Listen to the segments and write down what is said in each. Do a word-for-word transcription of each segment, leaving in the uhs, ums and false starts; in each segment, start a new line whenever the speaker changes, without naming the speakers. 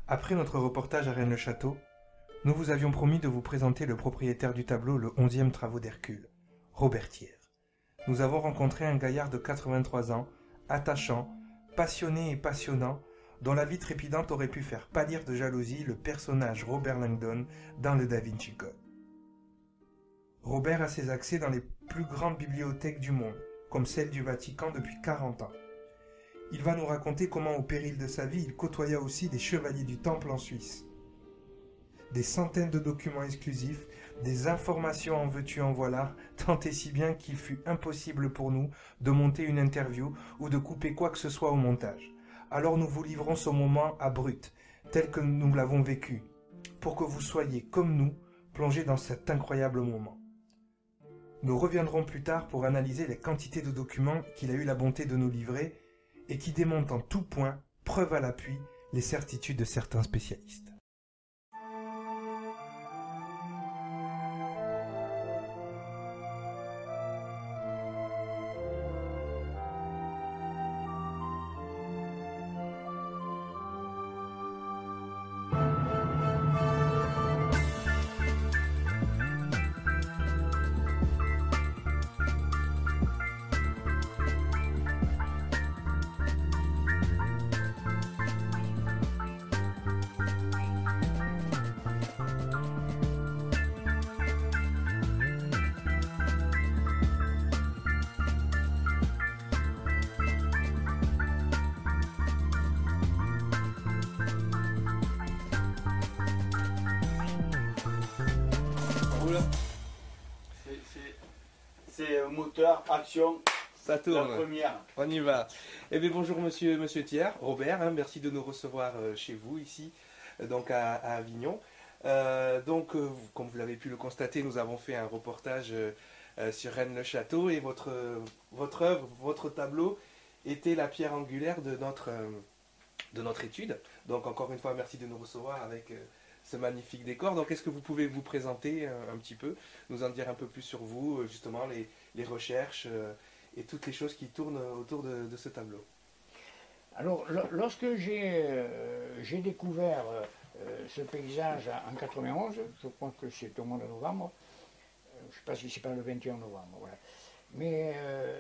Après notre reportage à Rennes-le-Château, nous vous avions promis de vous présenter le propriétaire du tableau Le onzième Travaux d'Hercule, Robert Thiers. Nous avons rencontré un gaillard de quatre-vingt-trois ans, attachant, passionné et passionnant, dont la vie trépidante aurait pu faire pâlir de jalousie le personnage Robert Langdon dans le Da Vinci Code. Robert a ses accès dans les plus grandes bibliothèques du monde, comme celle du Vatican depuis quarante ans. Il va nous raconter comment, au péril de sa vie, il côtoya aussi des chevaliers du Temple en Suisse. Des centaines de documents exclusifs, des informations en veux-tu en voilà, tant et si bien qu'il fut impossible pour nous de monter une interview ou de couper quoi que ce soit au montage. Alors nous vous livrons ce moment à brut, tel que nous l'avons vécu, pour que vous soyez, comme nous, plongés dans cet incroyable moment. Nous reviendrons plus tard pour analyser les quantités de documents qu'il a eu la bonté de nous livrer et qui démontent en tout point, preuve à l'appui, les certitudes de certains spécialistes.
C'est moteur, action,
ça tourne.
La première.
On y va. Eh bien, bonjour monsieur, monsieur Thiers, Robert, hein, merci de nous recevoir euh, chez vous ici, euh, donc à, à Avignon. Euh, donc, euh, comme vous l'avez pu le constater, nous avons fait un reportage euh, euh, sur Rennes-le-Château et votre, euh, votre œuvre, votre tableau était la pierre angulaire de notre, euh, de notre étude. Donc encore une fois, merci de nous recevoir avec... Euh, ce magnifique décor. Donc, est-ce que vous pouvez vous présenter un, un petit peu, nous en dire un peu plus sur vous, justement, les, les recherches euh, et toutes les choses qui tournent autour de, de ce tableau?
Alors, lorsque j'ai euh, découvert euh, ce paysage en quatre-vingt-onze, je crois que c'est au mois de novembre, euh, je ne sais pas si c'est pas le vingt et un novembre, voilà. Mais euh,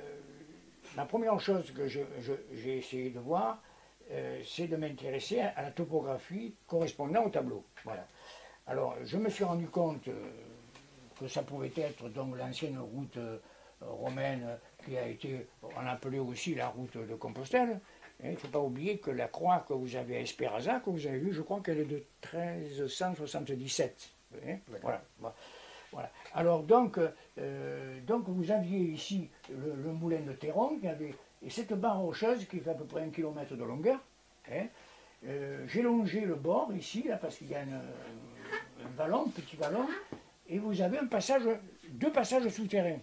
la première chose que j'ai essayé de voir, Euh, c'est de m'intéresser à, à la topographie correspondant au tableau. Voilà. Alors, je me suis rendu compte euh, que ça pouvait être donc l'ancienne route euh, romaine qui a été, on appelait aussi la route de Compostelle. Il ne faut pas oublier que la croix que vous avez à Espéraza, que vous avez vue, je crois qu'elle est de treize cent soixante-dix-sept. Voilà. Voilà. Alors donc, euh, donc vous aviez ici le, le moulin de Théron, qui avait, et cette barre rocheuse qui fait à peu près un kilomètre de longueur. Hein, euh, j'ai longé le bord ici, là, parce qu'il y a une, un vallon, un petit vallon, et vous avez un passage, deux passages souterrains.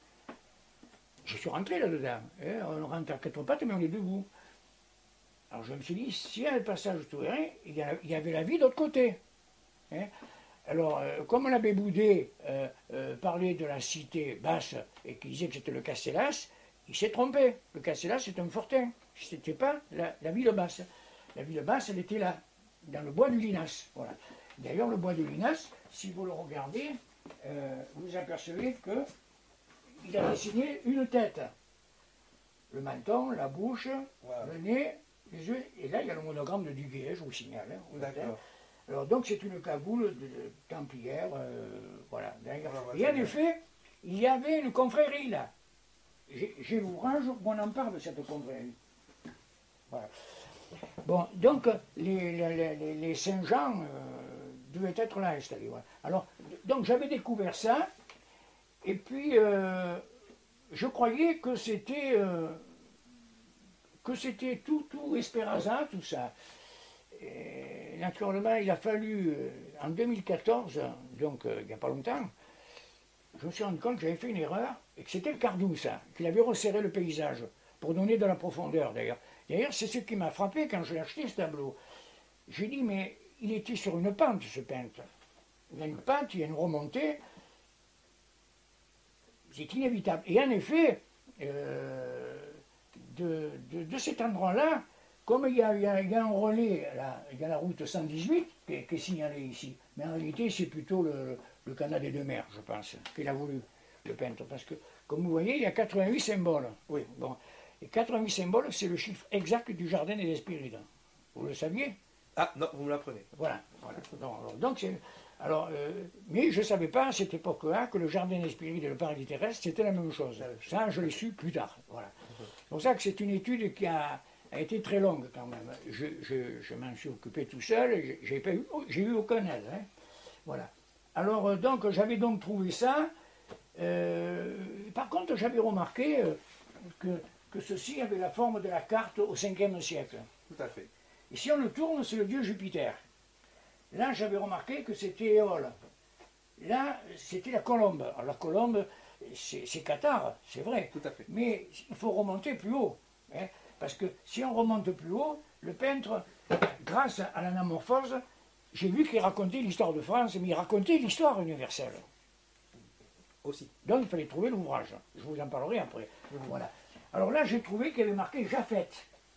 Je suis rentré là-dedans. Hein, on rentre à quatre pattes, mais on est debout. Alors je me suis dit, s'il y a un passage souterrain, il y, a, il y avait la vie de l'autre côté. Hein. Alors, euh, comme l'abbé Boudet euh, euh, parlait de la cité basse et qu'il disait que c'était le Castellas, il s'est trompé. Le Castellas, c'est un fortin. Ce n'était pas la, la ville basse. La ville basse, elle était là, dans le bois du Linas. Voilà. D'ailleurs, le bois du Linas, si vous le regardez, euh, vous apercevez qu'il a dessiné une tête. Le menton, la bouche, wow. Le nez, les yeux. Et là, il y a le monogramme de Duguay, je vous signale. Hein, d'accord. Alors donc c'est une cagoule de, de templière, euh, voilà. Et en effet, il y avait une confrérie là. J'ai l'ouvrage où on en parle de cette confrérie. Voilà. Bon, donc les, les, les, les Saint-Jean euh, devaient être là installés. Voilà. Alors, donc j'avais découvert ça, et puis euh, je croyais que c'était euh, que c'était tout, tout Espéraza, tout ça. Et naturellement, il a fallu, euh, en deux mille quatorze, donc euh, il n'y a pas longtemps, je me suis rendu compte que j'avais fait une erreur, et que c'était le Cardou, ça, qu'il avait resserré le paysage, pour donner de la profondeur d'ailleurs. D'ailleurs, c'est ce qui m'a frappé quand j'ai acheté ce tableau. J'ai dit, mais il était sur une pente, ce peintre. Il y a une pente, il y a une remontée, c'est inévitable. Et en effet, euh, de, de, de cet endroit-là, comme il y a, il y a, il y a un relais, là, il y a la route cent dix-huit qui est, qui est signalée ici, mais en réalité c'est plutôt le, le canal des deux mers, je pense, qu'il a voulu, le peintre, parce que, comme vous voyez, il y a quatre-vingt-huit symboles.
Oui.
Bon. Et quatre-vingt-huit symboles, c'est le chiffre exact du jardin des Hespérides. Vous le saviez?
Ah non, vous me l'apprenez.
Voilà. voilà. Donc, donc c'est... Alors, euh, mais je ne savais pas à cette époque-là que le jardin des Hespérides et le paradis terrestre, c'était la même chose. Ça, je l'ai su plus tard. Voilà. C'est pour ça que c'est une étude qui a, a été très longue quand même. Je, je, je m'en suis occupé tout seul, j'ai pas eu, j'ai eu aucun aide. Hein. Voilà. Alors, euh, donc, j'avais donc trouvé ça. Euh, par contre, j'avais remarqué euh, que, que ceci avait la forme de la carte au cinquième siècle.
Tout à fait.
Et si on le tourne, c'est le dieu Jupiter. Là, j'avais remarqué que c'était Éole. Là, c'était la colombe. Alors, la colombe, c'est Qatar, c'est vrai.
Tout à fait.
Mais il faut remonter plus haut. Hein, parce que si on remonte plus haut, le peintre, grâce à l'anamorphose, j'ai vu qu'il racontait l'histoire de France, mais il racontait l'histoire universelle.
Aussi.
Donc, il fallait trouver l'ouvrage. Je vous en parlerai après. Mmh. Voilà. Alors là, j'ai trouvé qu'il y avait marqué Jaffet.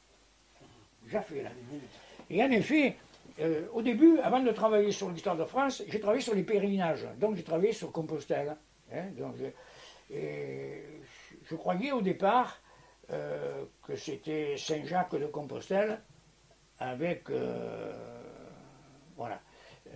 Jaffet, là. Et en effet, euh, au début, avant de travailler sur l'histoire de France, j'ai travaillé sur les pèlerinages. Donc j'ai travaillé sur Compostelle. Hein, donc, et je croyais au départ euh, que c'était Saint-Jacques de Compostelle avec, euh, voilà, euh,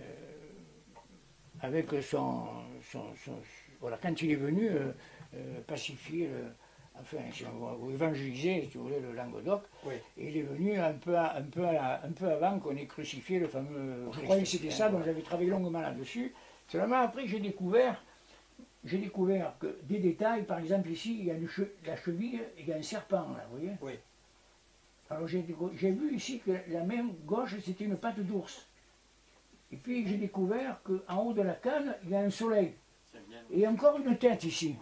avec son, son, son, voilà, quand il est venu euh, euh, pacifier le, enfin, si on, évangéliser, si vous voulez, le Languedoc, oui. Et il est venu un peu, un peu, un peu avant qu'on ait crucifié le fameux... Je croyais que c'était ça, donc j'avais travaillé longuement là-dessus. Seulement après, j'ai découvert, j'ai découvert que des détails, par exemple ici, il y a che, la cheville, il y a un serpent, là, vous voyez.
Oui.
Alors j'ai vu ici que la main gauche, c'était une patte d'ours. Et puis j'ai découvert qu'en haut de la canne, il y a un soleil. Et encore une tête ici.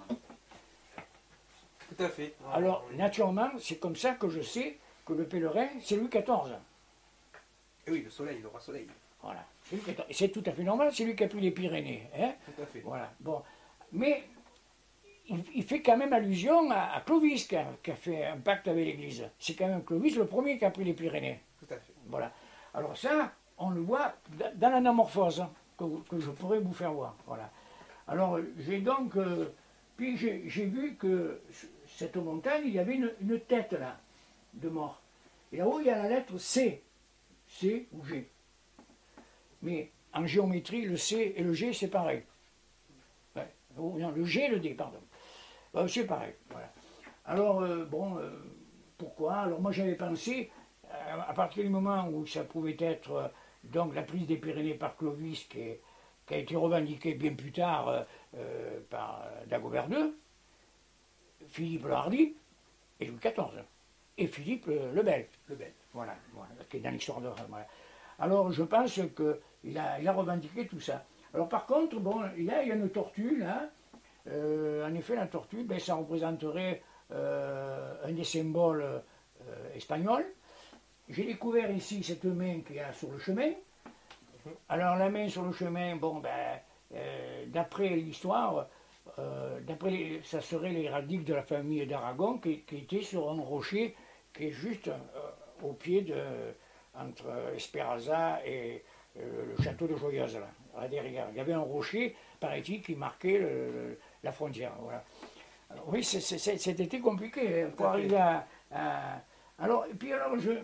Tout à fait.
Alors, naturellement, c'est comme ça que je sais que le pèlerin, c'est Louis quatorze.
Et oui, le soleil, le roi soleil.
Voilà. C'est tout à fait normal, c'est lui qui a pris les Pyrénées. Hein,
tout à fait.
Voilà. Bon. Mais il, il fait quand même allusion à, à Clovis, qui a, qui a fait un pacte avec l'Église. C'est quand même Clovis le premier qui a pris les Pyrénées.
Tout à fait.
Voilà. Alors ça, on le voit dans l'anamorphose, que, que je pourrais vous faire voir. Voilà. Alors, j'ai donc... Euh, puis j'ai vu que cette montagne, il y avait une, une tête là, de mort. Et là-haut, il y a la lettre C. C ou G. Mais en géométrie, le C et le G, c'est pareil. Ouais. Oh, non, le G et le D, pardon. Euh, c'est pareil. Voilà. Alors, euh, bon, euh, pourquoi? Alors moi, j'avais pensé, euh, à partir du moment où ça pouvait être euh, donc la prise des Pyrénées par Clovis, qui, est, qui a été revendiquée bien plus tard euh, euh, par Dagobert deux, Philippe le Hardy et Louis quatorze. Et Philippe le Bel.
Le Bel.
Voilà, voilà, qui est dans l'histoire de... Voilà. Alors je pense qu'il a, il a revendiqué tout ça. Alors par contre, bon, là, il y a une tortue, là. Euh, en effet, la tortue, ben, ça représenterait euh, un des symboles euh, espagnols. J'ai découvert ici cette main qu'il y a sur le chemin. Alors la main sur le chemin, bon, ben, euh, d'après l'histoire, euh, d'après, ça serait l'héraldique de la famille d'Aragon qui, qui était sur un rocher qui est juste euh, au pied de, entre Espéraza et euh, le château de Joyeuse, là, là derrière. Il y avait un rocher, paraît-il, qui marquait le, le, la frontière. Voilà. Alors, oui, c'était compliqué hein, pour arriver à, à... Alors, et puis alors, je...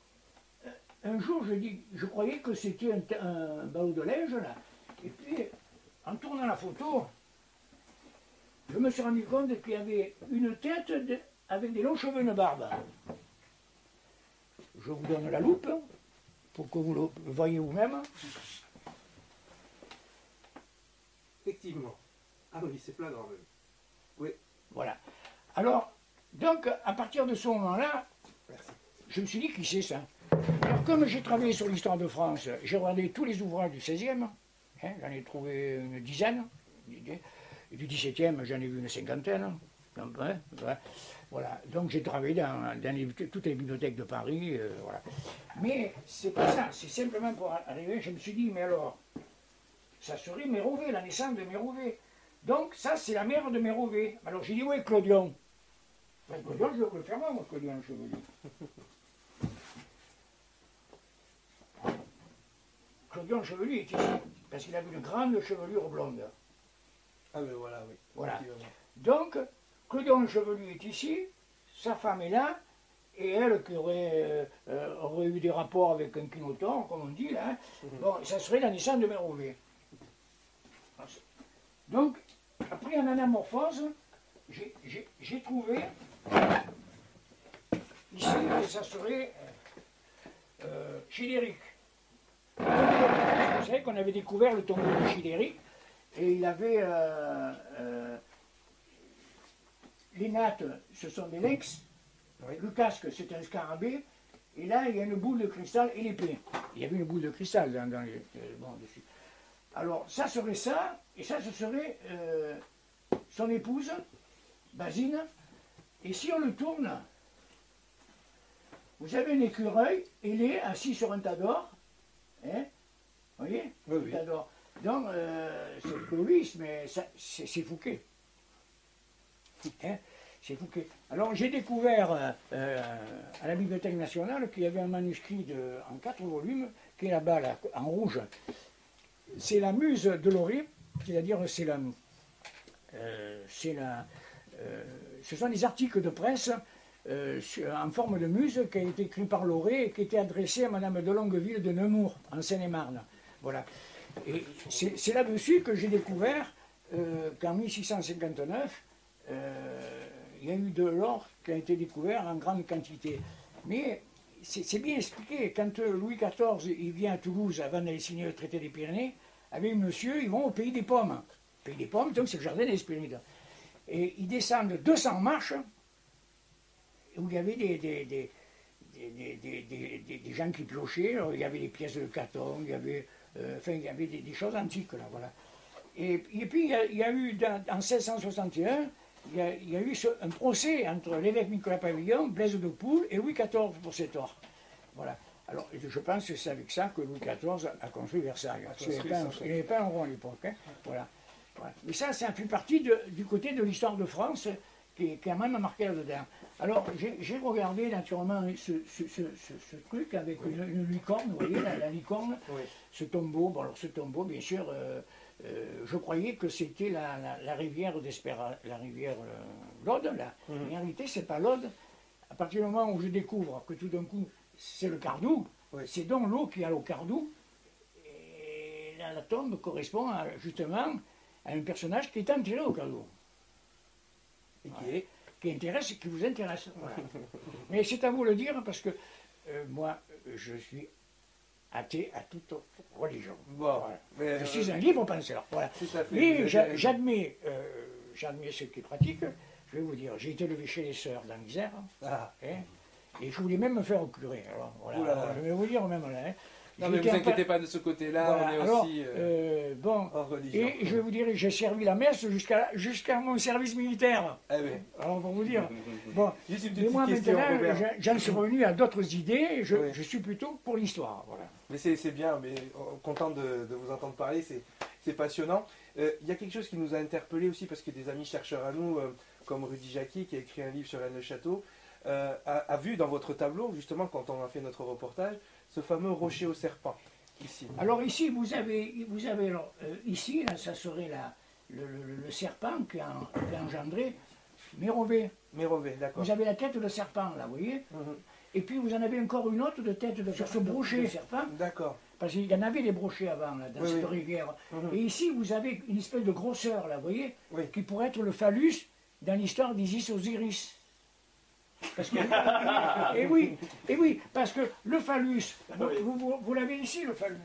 Un jour, je, dis, je croyais que c'était un, un ballot de linge, là. Et puis, en tournant la photo, je me suis rendu compte qu'il y avait une tête de, avec des longs cheveux et une barbe. Je vous donne la loupe, pour que vous le voyez vous-même.
Effectivement. Ah oui, c'est flagrant. Oui.
Voilà. Alors, donc, à partir de ce moment-là,
merci,
je me suis dit, qui c'est ça? Alors, comme j'ai travaillé sur l'histoire de France, j'ai regardé tous les ouvrages du seizième, hein, j'en ai trouvé une dizaine, et du dix-septième, j'en ai vu une cinquantaine. Donc, hein, voilà. Donc j'ai travaillé dans, dans les, toutes les bibliothèques de Paris. Euh, voilà. Mais c'est pas ça, c'est simplement pour arriver, je me suis dit, mais alors, ça serait Mérovée, la naissance de Mérovée. Donc ça, c'est la mère de Mérovée. Alors j'ai dit, oui, Clodion. Ben, Clodion, je veux le faire moi, moi, Clodion, le chevelu. Clodion chevelu est ici, parce qu'il avait une grande chevelure blonde.
Ah ben voilà, oui.
Voilà.
Effectivement.
Donc, Clodion chevelu est ici, sa femme est là, et elle qui aurait, euh, aurait eu des rapports avec un quinoton, comme on dit là, hein,
Mhm.
bon, ça serait la naissance de Mérové. Donc, après en anamorphose, j'ai- j'ai j'ai trouvé ici que ça serait euh, Childéric. Vous savez qu'on avait découvert le tombeau de Childéric, et il avait euh, euh, les nattes, ce sont des lynx,
Oui.
le casque, c'est un scarabée, et là, il y a une boule de cristal et l'épée. Il y avait une boule de cristal dans, dans les, euh, bon, dessus. Alors, ça serait ça, et ça, ce serait euh, son épouse, Basine. Et si on le tourne, vous avez un écureuil, il est assis sur un tas d'or. Hein, vous voyez,
Oui,
un
oui.
tas d'or. Donc, euh, c'est Clovis, mais ça, c'est c'est Fouquet. Hein, c'est Fouquet. Alors, j'ai découvert euh, euh, à la Bibliothèque nationale qu'il y avait un manuscrit de, en quatre volumes, qui est là-bas, là, en rouge. C'est la muse de Lauré, c'est-à-dire c'est la, euh, c'est la, euh, ce sont des articles de presse euh, sur- en forme de muse qui a été écrit par Lauré et qui était adressé à Madame de Longueville de Nemours, en Seine-et-Marne. Voilà. Et c'est c'est là-dessus que j'ai découvert euh, qu'en mille six cent cinquante-neuf, euh, il y a eu de l'or qui a été découvert en grande quantité. Mais c'est c'est bien expliqué. Quand euh, Louis quatorze il vient à Toulouse avant d'aller signer le traité des Pyrénées, avec monsieur, ils vont au pays des pommes. Le pays des pommes, donc c'est le jardin des Hespérides. Et ils descendent deux cents marches, où il y avait des, des, des, des, des, des- des- des- des gens qui piochaient. Alors, il y avait des pièces de carton, il y avait, euh, enfin, il y avait des, des choses antiques, là, voilà. Et, et puis, il y a, il y a eu, dans- en mille sept cent soixante et un, il y a, il y a eu ce- un procès entre l'évêque Nicolas Pavillon, Blaise de Poule et Louis quatorze pour cet or. Voilà. Alors, je pense que c'est avec ça que Louis quatorze a construit Versailles. Parce qu'il
construit
n'avait pas,
ça,
un- il n'avait pas un rond à l'époque. Hein. Voilà. Voilà. Mais ça, ça fait partie de- du côté de l'histoire de France qui, qui a même marqué là-dedans. Alors, j'ai j'ai regardé naturellement ce, ce- ce- ce- ce truc avec une, une licorne, vous voyez, la, la licorne,
Oui.
ce tombeau. Bon, alors ce tombeau, bien sûr, euh, euh, je croyais que c'était la, la- la rivière d'Espéra, la rivière euh, l'Aude, là.
Mhm.
Mais en réalité, c'est pas l'Aude. À partir du moment où je découvre que tout d'un coup, c'est le Cardou,
Oui.
c'est donc l'eau qui a au Cardou. Et la, la tombe correspond à, justement à un personnage qui est enterré au Cardou.
Et qui est
Qui intéresse, qui vous intéresse. Voilà. Mais c'est à vous le dire parce que euh, moi, je suis athée à toute religion.
Bon.
Voilà.
Mais,
Je
euh,
suis un libre penseur. Voilà.
Tout à fait. Vous
Mais
avez
j'a-
raison.
j'admets, euh, j'admets ce qui est pratique. Je vais vous dire, j'ai été élevé chez les sœurs dans l'Isère,
Ah.
hein, et je voulais même me faire curer. Alors, voilà,
Oula.
alors, je vais vous dire même là. Hein.
Non,
J'ai
mais
été
vous
en
inquiétez
pa-
pas de ce côté-là,
Voilà,
on est
alors,
aussi euh,
euh, bon,
en religion.
et je vais vous dire, j'ai servi la messe jusqu'à jusqu'à mon service militaire.
Eh ben,
Alors, pour vous dire. Bon,
juste une
mais
petite
moi
question,
maintenant,
Robert.
j'en- j'en suis revenu à d'autres idées, je,
Oui.
je suis plutôt pour l'histoire. Voilà.
Mais c'est c'est bien, mais euh, content de, de vous entendre parler, c'est c'est passionnant. Euh, Il y a quelque chose qui nous a interpellé aussi, parce que des amis chercheurs à nous, euh, comme Rudy Jacquet, qui a écrit un livre sur Rennes-le-Château, euh, a, a vu dans votre tableau, justement, quand on a fait notre reportage, ce fameux rocher au serpent, ici.
Alors ici, vous avez, vous avez alors, euh, ici, là, ça serait la, le, le- le serpent qui a, qui a engendré Mérové.
Mérové, d'accord.
Vous avez la tête de serpent, là, vous voyez.
Mhm.
Et puis vous en avez encore une autre de tête de sur ce brochet de serpent,
D'accord.
parce qu'il y en avait des brochets avant, là, dans
Oui,
cette
oui.
rivière.
Mhm.
Et ici, vous avez une espèce de grosseur, là, vous voyez,
Oui.
qui pourrait être le phallus dans l'histoire d'Isis Osiris. Parce que, et oui, et oui, parce que le phallus, vous,
oui.
vous- vous- vous l'avez ici, le phallus.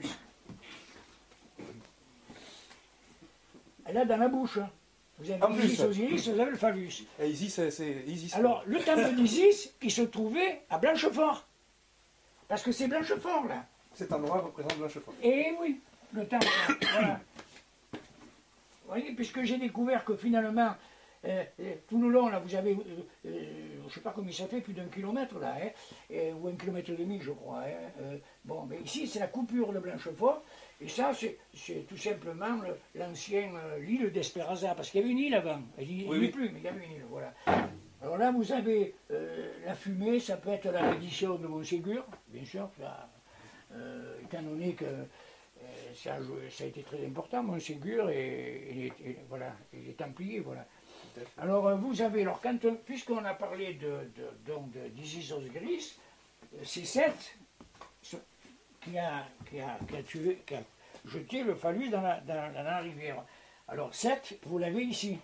Là, dans la bouche. hein. Vous avez
En plus.
Isis Osiris, vous avez le phallus.
Et Isis, c'est c'est Isis.
Alors, le temple d'Isis, il se trouvait à Blanchefort. Parce que c'est Blanchefort, là.
Cet endroit représente Blanchefort.
Et oui, le temple, voilà. Vous voyez, puisque j'ai découvert que finalement, euh, euh, tout le long, là, vous avez, euh, euh, je ne sais pas combien ça fait, plus d'un kilomètre, là, hein, et- ou un kilomètre et demi, je crois. hein, euh, bon, mais ici, c'est la coupure de Blanchefort, et ça, c'est c'est tout simplement le- l'ancienne euh, l'île d'Espéraza, parce qu'il y avait une île avant. Elle n'y
Oui,
est
oui.
plus, mais il y avait une île, voilà. Alors là, vous avez euh, la fumée, ça peut être la reddition de Montségur, bien sûr, ça, euh, étant donné que euh, ça, a joué- ça a été très important, Montségur et, et les, et voilà, et les Templiers, voilà. Alors euh, vous avez, alors quand, on- puisqu'on a parlé de, de, donc de d'Isis Osgris, euh, c'est Seth ce- qui a, qui, a, qui a tué, qui a jeté le phallus dans la, dans, dans la rivière. Alors Seth, vous l'avez ici.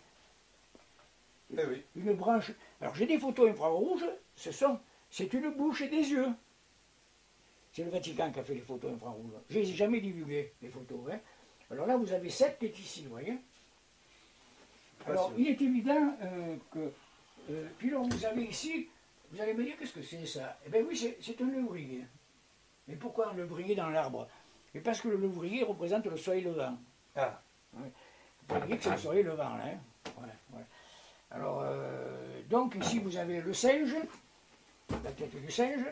Eh oui.
Une branche. Alors j'ai des photos infrarouges, ce sont, c'est une bouche et des yeux. C'est le Vatican qui a fait les photos infrarouges. Je les ai jamais divulguées, les photos. Hein. Alors là, vous avez Seth qui est ici, vous voyez. Alors,
sûr.
il est évident euh, que... euh, puis là, vous avez ici, vous allez me dire, qu'est-ce que c'est ça? Eh bien oui, c'est c'est un levrier. Mais pourquoi un levrier dans l'arbre? Et parce que le levrier représente le soleil levant.
Ah,
Vous voyez que c'est le soleil levant, là. Hein. Ouais, ouais. Alors, euh, donc ici, vous avez le singe, la tête du singe,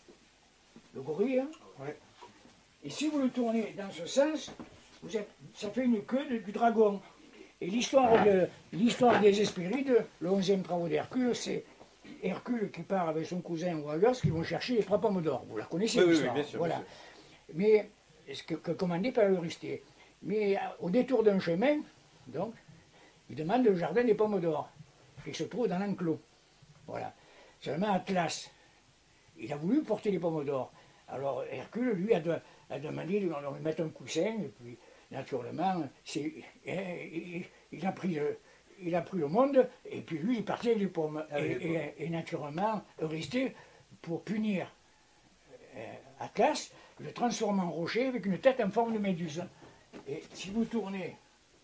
le gorille. Hein.
ouais.
Et si vous le tournez dans ce sens, vous êtes, ça fait une queue de- du dragon. Et l'histoire de l'histoire des Hespérides, le onzième travaux d'Hercule, c'est Hercule qui part avec son cousin Warriors qui vont chercher les trois pommes d'or. Vous la connaissez,
Oui, oui,
l'histoire.
oui, bien sûr,
Voilà.
bien
Mais, ce que, que commandé par Eurysthée. Mais euh, au détour d'un chemin, donc, il demande le jardin des pommes d'or, qui se trouve dans l'enclos. Voilà. Seulement Atlas, il a voulu porter les pommes d'or. Alors Hercule, lui, a, de- a demandé de de lui mettre un coussin, et puis naturellement, c'est- hein, il, il a pris le, il a pris le monde, et puis lui, il partait avec les pommes.
Avec
et,
les pommes.
et- et naturellement, Eurysthée, pour punir euh, Atlas, le transforme en rocher avec une tête en forme de méduse. Et si vous tournez,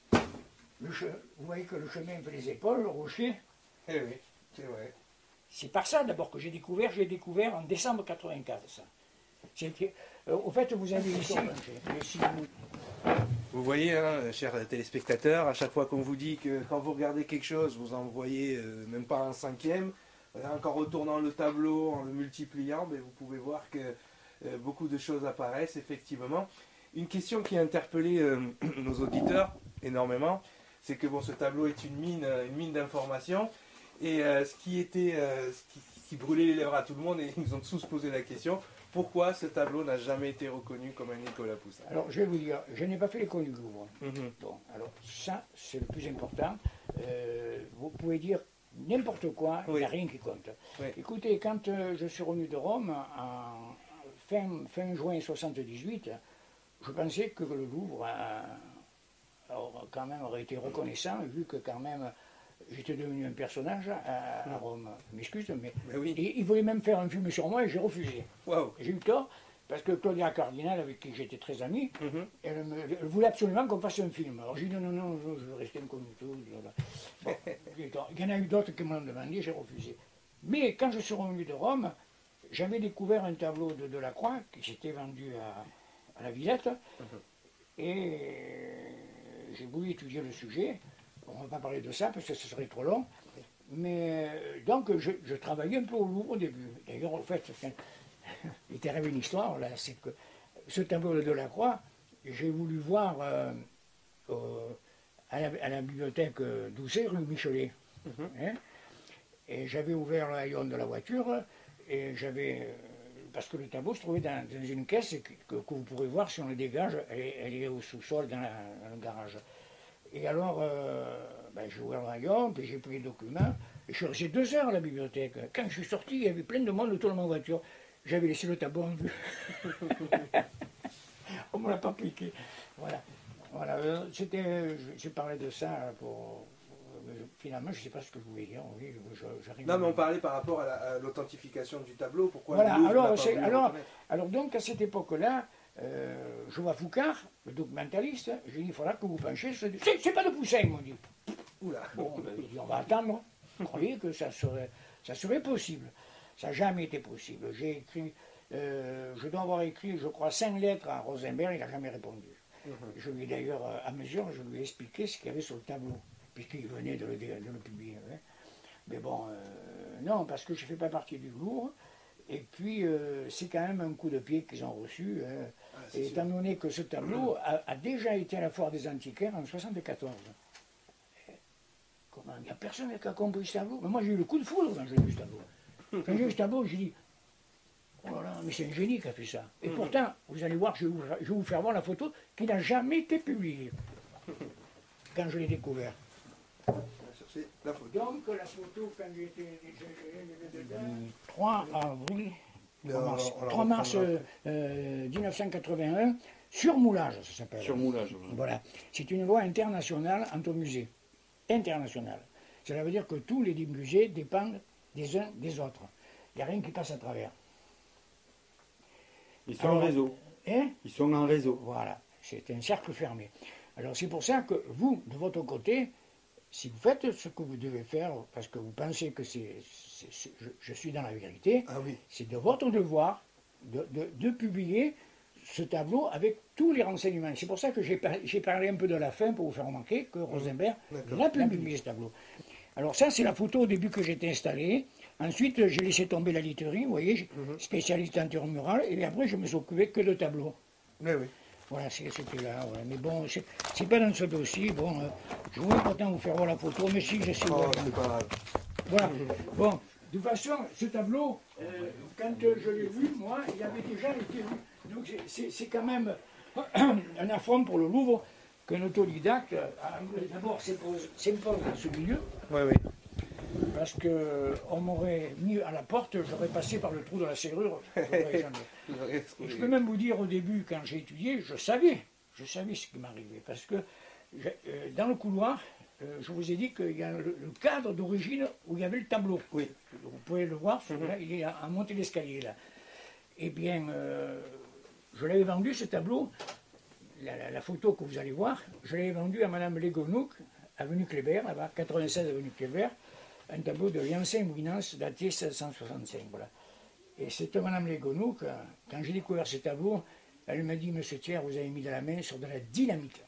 le che- vous voyez que le chemin fait les épaules, le rocher,
Eh oui, c'est vrai.
c'est par ça d'abord que j'ai découvert, j'ai découvert en décembre quatre-vingt-quatre ça. C'était- euh, au fait, vous avez ici, si vous-
Vous voyez, hein, chers téléspectateurs, à chaque fois qu'on vous dit que quand vous regardez quelque chose, vous en voyez euh, même pas un cinquième, euh, qu'en retournant le tableau, en le multipliant, ben, vous pouvez voir que euh, beaucoup de choses apparaissent, effectivement. Une question qui a interpellé euh, nos auditeurs énormément, c'est que bon, ce tableau est une mine, euh, une mine d'informations, et euh, ce qui était, euh, ce qui, qui brûlait les lèvres à tout le monde, et ils nous ont tous posé la question, pourquoi ce tableau n'a jamais été reconnu comme un Nicolas Poussin?
Alors, je vais vous dire, je n'ai pas fait l'école du Louvre.
Mhm.
Bon, alors ça, c'est le plus important. Euh, vous pouvez dire n'importe quoi, il n'y a
Oui.
rien qui compte.
Oui.
Écoutez, quand euh, je suis revenu de Rome, en fin, fin juin soixante-dix-huit, je pensais que le Louvre a- aurait- quand même aurait été reconnaissant, vu que quand même j'étais devenu un personnage à, à Rome. Je m'excuse, mais
Ben oui.
et, il voulait même faire un film sur moi et j'ai refusé.
Waouh.
J'ai eu tort, parce que Claudia Cardinal, avec qui j'étais très ami,
Mhm.
elle, me- elle voulait absolument qu'on fasse un film. Alors j'ai dit non, non, non, je, je veux rester incognito. Voilà. Bon, j'ai eu tort. Il y en a eu d'autres qui m'ont demandé, j'ai refusé. Mais quand je suis revenu de Rome, j'avais découvert un tableau de Delacroix qui s'était vendu à, à la Villette. Et j'ai voulu étudier le sujet. On ne va pas parler de ça parce que ce serait trop long. Mais euh, donc je, je travaillais un peu au Louvre au début. D'ailleurs, en fait, quand- il était arrivé une histoire, là, c'est que ce tableau de Delacroix, j'ai voulu voir euh, au- à, la, à la bibliothèque euh, Doucet, rue Michelet.
Mhm.
Hein. Et j'avais ouvert le haillon de la voiture, et j'avais. euh, Parce que le tableau se trouvait dans, dans une caisse que, que- que vous pourrez voir si on le dégage, elle, est- elle est au sous-sol dans, la- dans le garage. Et alors, euh, ben, j'ai ouvert le rayon, puis j'ai pris les documents, et je suis resté deux heures à la bibliothèque. Quand je suis sorti, il y avait plein de monde autour de ma voiture. J'avais laissé le tableau en vue. On ne me l'a pas piqué. Voilà. Voilà. euh, C'était, je- j'ai parlé de ça pour. mais Finalement, je ne sais pas ce que je voulais dire. Oui, je- j'arrive
Non,
à-
mais on parlait par rapport à la- à l'authentification du tableau. Pourquoi
Voilà,
le Louvre
alors,
n'a pas
c'est-
voulu le
alors,
reconnaître?
alors donc à cette époque-là, euh, je vois Foucard, le documentaliste, j'ai dit il faudra que vous penchiez sur... ce- C'est c'est pas de Poussin, ils m'ont dit.
Oula.
Bon, ben, j'ai dit on va attendre. Vous croyez que ça serait, ça serait possible? Ça n'a jamais été possible. J'ai écrit, euh, je dois avoir écrit, je crois, cinq lettres à Rosenberg, il n'a jamais répondu.
Mhm.
Je lui ai d'ailleurs, euh, à mesure, je lui ai expliqué ce qu'il y avait sur le tableau, puisqu'il venait de le, dé- de le publier. Hein. Mais bon, euh, non, parce que je ne fais pas partie du Louvre. Et puis, euh, c'est quand même un coup de pied qu'ils ont reçu. Hein.
Ah, c'est
Et
sûr.
étant donné que ce tableau a, a déjà été à la foire des antiquaires en soixante-quatorze. Et comment? Il n'y a personne qui a compris ce tableau. Mais moi, j'ai eu le coup de foudre quand j'ai vu ce tableau. Quand j'ai vu ce tableau, j'ai dit, oh là là, mais c'est un génie qui a fait ça. Et
Mhm.
pourtant, vous allez voir, je vais vous, je vais vous faire voir la photo qui n'a jamais été publiée quand je l'ai découvert.
On va chercher la photo.
Donc la photo, quand j'étais trois avril, trois mars,
On la
trois mars
reprendra.
euh, mille neuf cent quatre-vingt-un, sur moulage, ça s'appelle.
Sur moulage. voilà.
Voilà. C'est une loi internationale entre musées. Internationale. Cela veut dire que tous les musées dépendent des uns des autres. Il n'y a rien qui passe à travers.
Ils sont
Alors,
en réseau.
Hein?
Ils sont en réseau.
Voilà. C'est un cercle fermé. Alors c'est pour ça que vous, de votre côté, si vous faites ce que vous devez faire, parce que vous pensez que c'est, c'est- c'est- je, je suis dans la vérité,
Ah oui.
c'est de votre devoir de, de- de publier ce tableau avec tous les renseignements. C'est pour ça que j'ai, par- j'ai parlé un peu de la fin pour vous faire remarquer que Rosenberg
D'accord.
l'a publié ce tableau. Alors ça, c'est la photo au début que j'étais installé. Ensuite, j'ai laissé tomber la literie, vous voyez, j'ai- spécialiste en tir mural, et après, je me suis occupé que de tableaux.
Oui, oui.
Voilà, c'est- c'était là, ouais. Mais bon, c'est c'est pas dans ce dossier. Bon, euh, je voulais pourtant vous faire voir la photo, mais si, je sais.
Oh,
voir.
c'est pas grave.
Voilà. Bon, de toute façon, ce tableau, euh, quand euh, je l'ai vu, moi, il avait déjà été vu. Donc c'est- c'est c'est quand même un affront pour le Louvre qu'un autodidacte, euh, d'abord, s'impose s'impose dans ce milieu,
Oui, oui.
parce qu'on m'aurait mis à la porte, j'aurais passé par le trou de la serrure, je l'aurais jamais.
Vous aurez
Et
trouvé.
je peux même vous dire, au début, quand j'ai étudié, je savais, je savais ce qui m'arrivait. Parce que j'ai- euh, dans le couloir, euh, je vous ai dit qu'il y a le, le cadre d'origine où il y avait le tableau.
Oui.
Vous pouvez le voir, celui-là, il est à, à monter l'escalier là. Eh bien, euh, je l'avais vendu ce tableau, la, la- la photo que vous allez voir, je l'avais vendu à Madame Legonouk, avenue Kléber, là-bas, quatre-vingt-seize avenue Kléber, un tableau de l'ancien Winans daté mille sept cent soixante-cinq. Voilà. Et cette Madame Legonouk, euh, quand j'ai découvert ce tableau, elle m'a dit, Monsieur Thiers, vous avez mis de la main sur de la dynamite.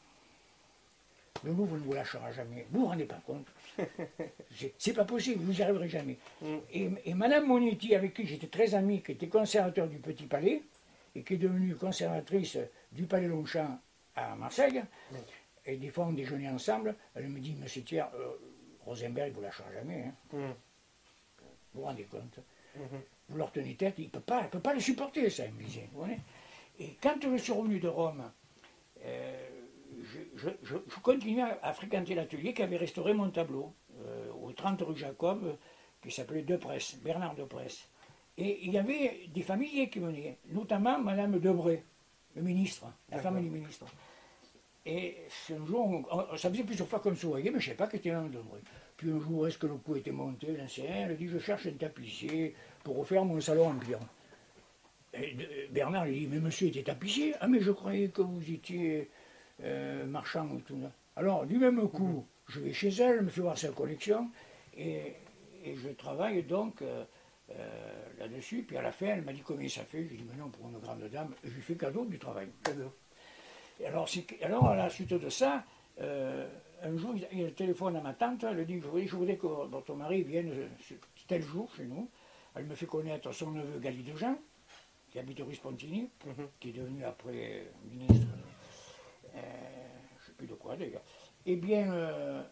Le Louvre ne vous lâchera jamais. Vous vous rendez pas compte. C'est- C'est pas possible, vous n'y arriverez jamais. Et, et Madame Monetti, avec qui j'étais très ami, qui était conservateur du Petit Palais, et qui est devenue conservatrice du Palais Longchamp à Marseille, et des fois on déjeunait ensemble, elle me dit, Monsieur Thiers, euh, Rosenberg ne vous lâchera jamais. Hein.
Mm.
Vous vous rendez compte.
Mhm.
Vous leur tenez tête, il ne peut pas, il peut pas le supporter, ça, il me disait. vous voyez. Et quand je suis revenu de Rome, euh, je, je- je- je continuais à, à fréquenter l'atelier qui avait restauré mon tableau, euh, au trente rue Jacob, euh, qui s'appelait Depresse, Bernard Depresse. Et il y avait des familiers qui venaient, notamment Madame Debré, le ministre, la
D'accord.
femme du ministre. Et un jour, on- on- ça faisait plusieurs fois comme ça, vous voyez, mais je ne savais pas que c'était Madame Debré. Puis un jour, est-ce que le coup était monté, j'en sais rien, elle dit, je cherche un tapissier pour refaire mon salon en pierre. Et de- Bernard lui dit, mais monsieur était tapissier. Ah, mais je croyais que vous étiez euh, marchand ou tout. Alors, du même coup, je vais chez elle, elle me fait voir sa collection, et, et je travaille donc euh, euh, là-dessus. Puis à la fin, elle m'a dit combien ça fait. Je lui ai dit, mais non, pour une grande dame, je lui fais cadeau du travail.
Cadeau.
Et alors, c'est que- alors, à la suite de ça, euh, un jour, il y a le téléphone à ma tante, elle dit, je voudrais, je voudrais que votre mari vienne euh, ce- tel jour chez nous. Elle me fait connaître son neveu Gali de Jean, qui habite rue Spontini,
Mhm.
qui est devenu après ministre, euh, je ne sais plus de quoi d'ailleurs. Eh bien, euh,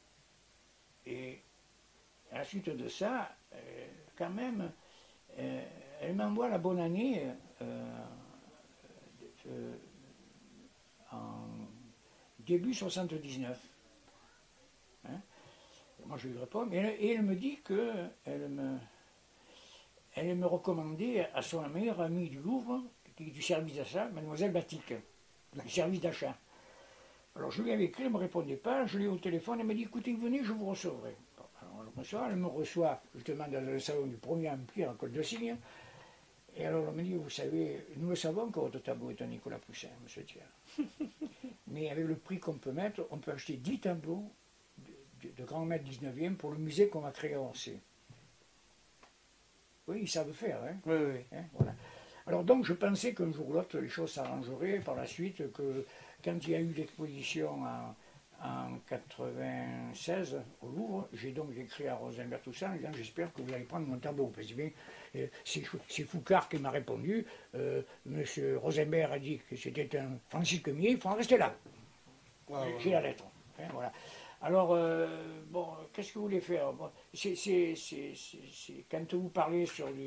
et à la suite de ça, euh, quand même, euh, elle m'envoie la bonne année euh, euh, en début soixante-dix-neuf. Hein. Moi, je lui réponds, mais elle, et elle me dit qu'elle me, elle me recommandait à son meilleure amie du Louvre, qui est du service d'achat, mademoiselle Batic, du service d'achat. Alors je lui avais écrit, elle ne me répondait pas, je l'ai eu au téléphone, elle m'a dit, écoutez, venez, je vous recevrai. Bon, alors elle me reçoit, elle me reçoit justement dans le salon du premier Empire, en Côte de Cygne, et alors elle me dit, vous savez, nous le savons que votre tableau est un Nicolas Poussin, monsieur Thiers. Mais avec le prix qu'on peut mettre, on peut acheter dix tableaux de, de, de grand maître dix-neuvième pour le musée qu'on va créer à Orsay. Oui, ils savent faire, hein.
Oui, oui.
Hein, voilà. Alors donc je pensais qu'un jour ou l'autre les choses s'arrangeraient par la suite, que quand il y a eu l'exposition en, en quatre-vingt-seize au Louvre, j'ai donc écrit à Rosenberg tout ça en disant j'espère que vous allez prendre mon tableau. Parce que bien, euh, c'est, c'est Foucard qui m'a répondu, euh, monsieur Rosenberg a dit que c'était un Francis Quemier, il faut en rester là.
Ouais, ouais.
J'ai la lettre. Hein, voilà. Alors, euh, bon, qu'est-ce que vous voulez faire? Bon, c'est, c'est, c'est, c'est, c'est- quand vous parlez sur du,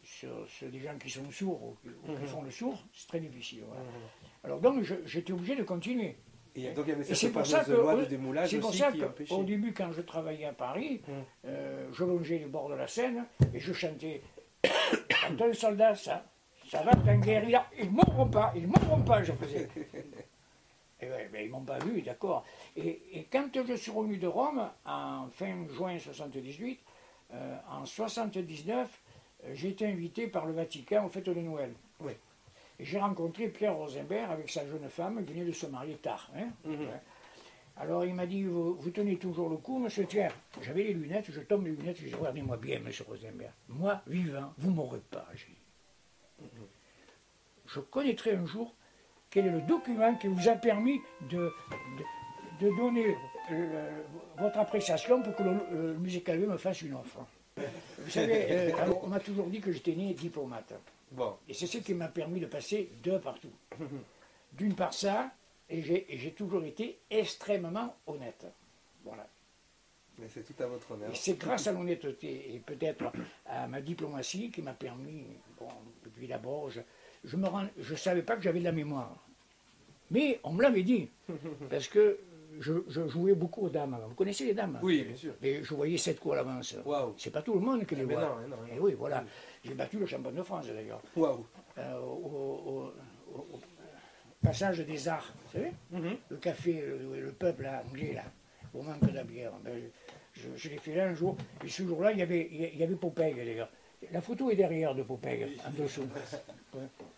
sur, sur des gens qui sont sourds ou, ou qui
Mhm.
font le sourd, c'est très difficile. Voilà.
Mhm.
Alors donc je- j'étais obligé de continuer.
Et donc il y avait
Et
cette
c'est pour ça
fameuse
que,
loi de
ouais,
démoulage
c'est pour
aussi
ça
qui empêchait.
qu'au début, quand je travaillais à Paris,
Mhm.
euh, je longeais les bords de la Seine et je chantais quand un soldat, ça, ça va, un guérilla, ils ne mourront pas, ils ne mourront pas, je faisais. Et ouais, ben, ils ne m'ont pas vu, d'accord. Et, et quand je suis revenu de Rome, en fin juin soixante-dix-huit, euh, en soixante-dix-neuf, euh, j'ai été invité par le Vatican aux fêtes de Noël.
Oui.
Et j'ai rencontré Pierre Rosenberg avec sa jeune femme qui venait de se marier tard. Hein.
Mhm.
Ouais. Alors il m'a dit, vous, vous tenez toujours le coup, monsieur Thiers. J'avais les lunettes, je tombe les lunettes, je dis, regardez-moi bien, monsieur Rosenberg. Moi, vivant, vous ne m'aurez pas. J'ai dit. Je connaîtrai un jour quel est le document qui vous a permis de, de, de donner euh, votre appréciation pour que le, le musicalier me fasse une offre. Vous savez, euh, alors, on m'a toujours dit que j'étais né diplomate.
Bon.
Et c'est ce qui m'a permis de passer de partout. D'une part ça, et j'ai et j'ai toujours été extrêmement honnête. Voilà.
Mais c'est tout à votre honneur.
Et c'est grâce à l'honnêteté et peut-être à ma diplomatie qui m'a permis, bon, depuis d'abord, je je me rends, je savais pas que j'avais de la mémoire. Mais on me l'avait dit, parce que je, je jouais beaucoup aux dames. Vous connaissez les dames?
Oui, bien sûr.
Et je voyais sept coups à l'avance.
Waouh.
C'est pas tout le monde qui les
Mais
voit.
non, mais non, mais
Et
non.
oui, voilà. J'ai battu le champion de France d'ailleurs.
Waouh.
Euh, au, au- au- au passage des Arts, vous savez,
Mhm.
le café, le, le peuple là, anglais, là, au manque de la bière. Ben, je je l'ai fait là un jour, et ce jour-là, il y avait, il y avait Popeye, les gars. La photo est derrière de Popeye, en dessous. Ouais.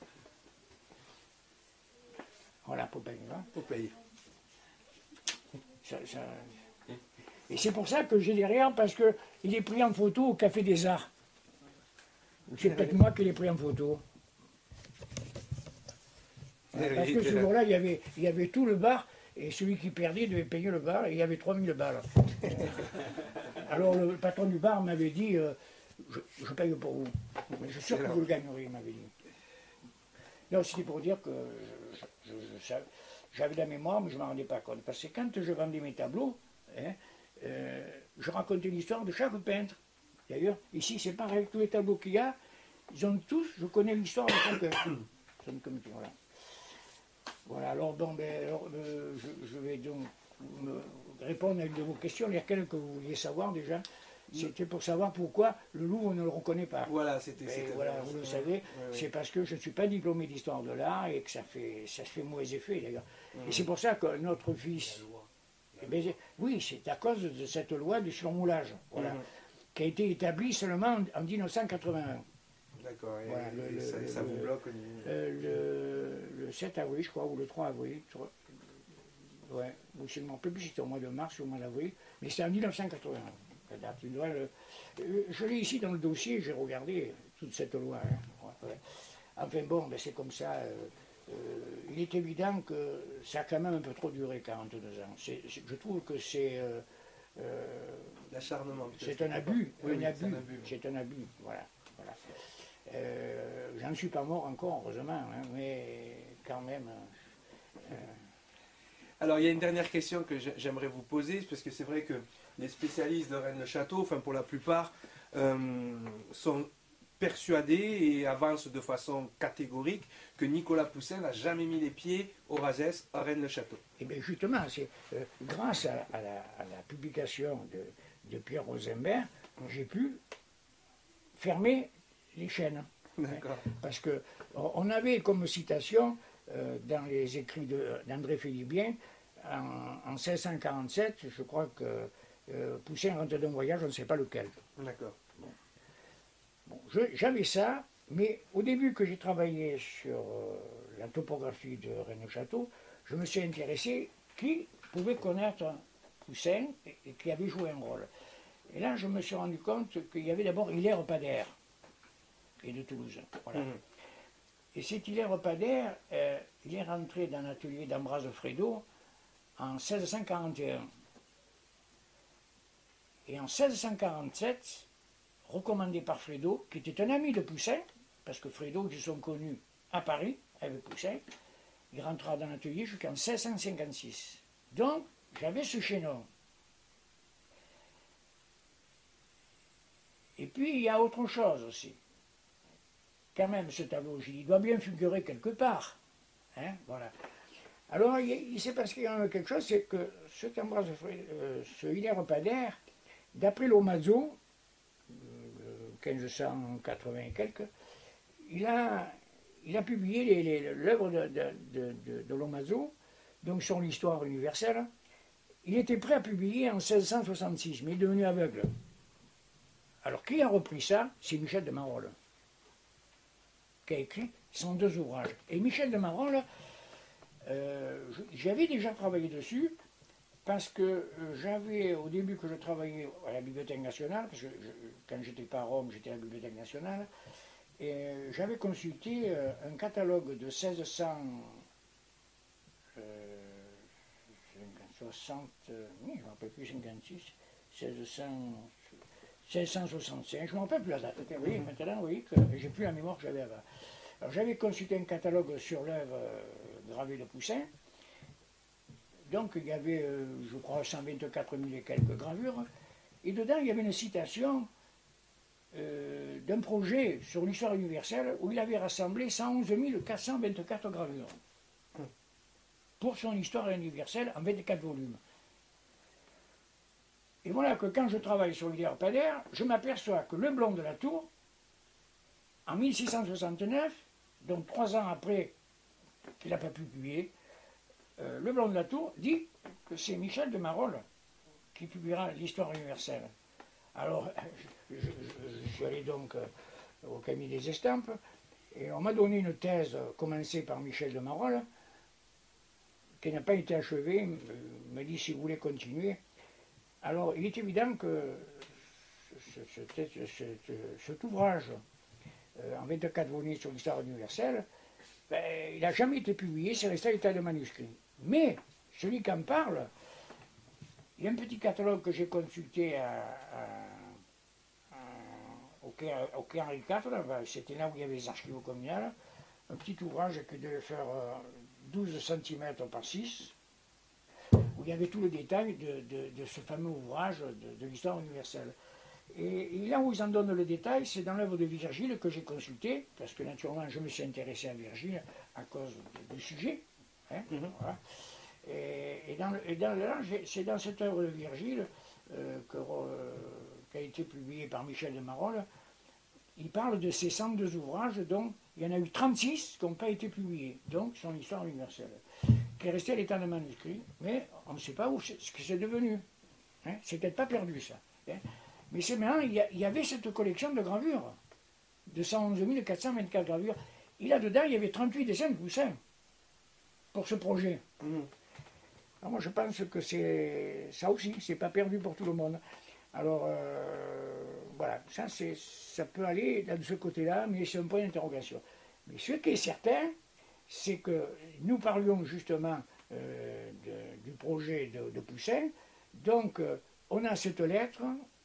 Voilà, Popeye, hein.
Au pays.
Ça- ça- Et c'est pour ça que j'ai derrière, parce qu'il est pris en photo au Café des Arts. C'est peut-être moi qui l'ai pris en photo. Parce que ce jour-là, il y avait, il y avait tout le bar, et celui qui perdait devait payer le bar, et il y avait trois mille balles. Alors le patron du bar m'avait dit, euh, je, je paye pour vous, mais je suis sûr que vous le gagnerez, il m'avait dit. Non, c'était pour dire que je- je- je savais- j'avais de la mémoire, mais je ne m'en rendais pas compte. Parce que quand je vendais mes tableaux, hein, euh, je racontais l'histoire de chaque peintre. D'ailleurs, ici c'est pareil, tous les tableaux qu'il y a, ils ont tous, je connais l'histoire de chacun. Ils sont comme- Voilà. Voilà, alors, bon, ben, alors, euh, je, je vais donc me répondre à une de vos questions, lesquelles que vous vouliez savoir déjà. C'était pour savoir pourquoi le Louvre ne le reconnaît pas.
Voilà, c'était.
Mais
c'était-
voilà, vous le savez,
Ouais, ouais.
c'est parce que je ne suis pas diplômé d'histoire de l'art et que ça fait, ça se fait mauvais effet d'ailleurs. Et c'est pour ça que notre fils, eh ben, c'est- oui, c'est à cause de cette loi du surmoulage, voilà,
Mhm.
qui a été établie seulement en, en mille neuf cent quatre-vingt-un.
D'accord. Et,
Voilà, le-
et
le-
ça,
le-
ça vous
le-
bloque au niveau.
Euh, le, le sept avril, je crois, ou le trois avril. trois- Ouais, ou je ne me rappelle plus si c'était au mois de mars ou au mois d'avril, mais c'est en mille neuf cent quatre-vingt-un. la date. Il doit le- euh, Je l'ai ici dans le dossier, j'ai regardé toute cette loi. hein. Ouais, ouais. Enfin bon, ben c'est comme ça. euh, euh, il est évident que ça a quand même un peu trop duré, quarante-deux ans. C'est- c'est- je trouve que c'est euh, euh,
L'acharnement. peut-être.
c'est un abus.
Oui,
un
oui, c'est
abus.
un abus.
C'est un abus. Voilà. voilà. Euh, J'en suis pas mort encore, heureusement, hein, mais quand même. euh,
Alors, il y a une dernière question que j'ai- j'aimerais vous poser, parce que c'est vrai que les spécialistes de Rennes-le-Château, enfin pour la plupart, euh, sont persuadés et avancent de façon catégorique que Nicolas Poussin n'a jamais mis les pieds au Razès à Rennes-le-Château.
Et bien justement, c'est euh, grâce à, à la, à la publication de, de Pierre Rosenberg, j'ai pu fermer les chaînes.
D'accord.
Parce que on on avait comme citation euh, dans les écrits de- d'André Philibien, en, en seize cent quarante-sept, je crois que euh, Poussin rentre d'un voyage, on ne sait pas lequel.
D'accord.
Bon, je- j'avais ça, mais au début que j'ai travaillé sur euh, la topographie de Rennes-le-Château, je me suis intéressé qui pouvait connaître Poussin et, et qui avait joué un rôle. Et là, je me suis rendu compte qu'il y avait d'abord Hilaire Pader, qui est de Toulouse. Voilà.
Mhm.
Et cet Hilaire Pader, euh, il est rentré dans l'atelier d'Ambroise Fredo en seize cent quarante et un. Et en seize cent quarante-sept, recommandé par Fredo, qui était un ami de Poussin, parce que Fredo, ils se sont connus à Paris avec Poussin, il rentrera dans l'atelier jusqu'en seize cent cinquante-six. Donc, j'avais ce chaînon. Et puis, il y a autre chose aussi. quand même, ce tableau, j'ai dit, il doit bien figurer quelque part. Hein, voilà. Alors, il, il s'est passé quand même quelque chose, c'est que ce Ambroise, euh, ce Hilaire Pader, d'après Lomazzo, euh, mille cinq cent quatre-vingts et quelques, il a, il a publié l'œuvre de, de, de, de, de Lomazzo, donc son Histoire universelle. Il était prêt à publier en seize cent soixante-six, mais il est devenu aveugle. Alors, qui a repris ça? C'est Michel de Marolles, qui a écrit son deux ouvrages. Et Michel de Marolles, euh, j'avais déjà travaillé dessus, parce que euh, j'avais, au début que je travaillais à la Bibliothèque nationale, parce que je, quand j'étais pas à Rome, j'étais à la Bibliothèque nationale, et j'avais consulté euh, un catalogue de seize cent soixante, euh, oui, je ne me rappelle plus, cinquante-six, seize cents, seize cent soixante-cinq, je ne me rappelle plus la date. Oui, maintenant, oui, que j'ai plus la mémoire que j'avais avant. Alors j'avais consulté un catalogue sur l'œuvre euh, gravée de Poussin. Donc il y avait, euh, je crois, cent vingt-quatre mille et quelques gravures. Et dedans, il y avait une citation euh, d'un projet sur l'histoire universelle où il avait rassemblé cent onze mille quatre cent vingt-quatre gravures pour son histoire universelle en vingt-quatre volumes. Et voilà que quand je travaille sur l'Hilaire Pader, je m'aperçois que Leblond de la Tour, en mille six cent soixante-neuf, donc trois ans après qu'il n'a pas pu publier, euh, Leblond de la Tour dit que c'est Michel de Marolles qui publiera l'Histoire universelle. Alors, je, je, je suis allé donc euh, au Cabinet des Estampes, et on m'a donné une thèse commencée par Michel de Marolles, qui n'a pas été achevée. Il m'a dit si vous voulez continuer. Alors, il est évident que ce, ce, ce, ce, cet ouvrage, euh, en vingt-quatre volumes sur l'histoire universelle, ben, il n'a jamais été publié, c'est resté à l'état de manuscrit. Mais, celui qui en parle, il y a un petit catalogue que j'ai consulté à, à, à, au, quai, au quai Henri quatre, c'était là où il y avait les archives communales, un petit ouvrage qui devait faire euh, douze centimètres par six, où il y avait tout le détail de, de, de ce fameux ouvrage de, de l'histoire universelle. Et, et là où ils en donnent le détail, c'est dans l'œuvre de Virgile que j'ai consulté, parce que naturellement je me suis intéressé à Virgile à cause du sujet. Hein, mm-hmm. Voilà. Et, et, dans, et dans, c'est dans cette œuvre de Virgile euh, que, euh, qui a été publiée par Michel de Marolles. Il parle de ces cent deux ouvrages, dont il y en a eu trente-six qui n'ont pas été publiés, donc son histoire universelle, qui est restée à l'état de manuscrit, mais on ne sait pas où ce que c'est devenu. Hein, c'est peut-être pas perdu ça. Hein. Mais c'est maintenant, il y, a, il y avait cette collection de gravures, de cent onze mille quatre cent vingt-quatre gravures. Et là-dedans, il y avait trente-huit dessins de Poussin pour ce projet. Mmh. Alors moi, je pense que c'est ça aussi, c'est pas perdu pour tout le monde. Alors, euh, voilà, ça, ça peut aller de ce côté-là, mais c'est un point d'interrogation. Mais ce qui est certain, c'est que nous parlions justement euh, de, du projet de, de Poussin. Donc, euh, on a cette lettre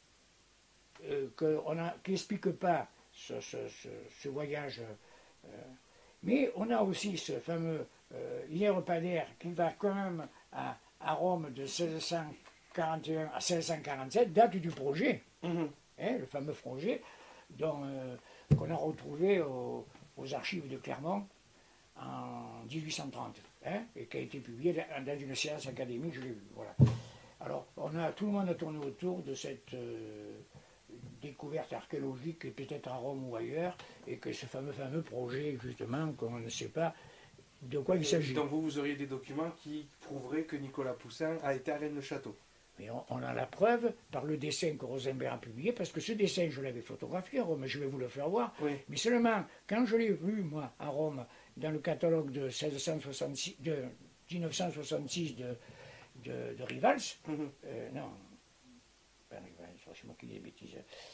euh, que on a, qui n'explique pas ce, ce, ce, ce voyage, euh, mais on a aussi ce fameux euh, Hilaire Pader qui va quand même à, à Rome de seize cent quarante et un à seize cent quarante-sept, date du projet, mmh. hein, le fameux projet dont, euh, qu'on a retrouvé au, aux archives de Clermont en dix-huit cent trente, hein, et qui a été publié dans une séance académique, je l'ai vu. Voilà. Alors, on a, tout le monde a tourné autour de cette euh, découverte archéologique, peut-être à Rome ou ailleurs, et que ce fameux, fameux projet, justement, qu'on ne sait pas de quoi il s'agit.
Donc vous, vous auriez des documents qui prouveraient que Nicolas Poussin a été à Rennes-le-Château.
Mais on, on a la preuve par le dessin que Rosenberg a publié, parce que ce dessin, je l'avais photographié à Rome, je vais vous le faire voir. Oui. Mais seulement, quand je l'ai vu, moi, à Rome, dans le catalogue de, seize cent soixante-six, de dix-neuf cent soixante-six de, de, de Rivals, mm-hmm. euh, non, pas Rivals, c'est moi qui dis des bêtises,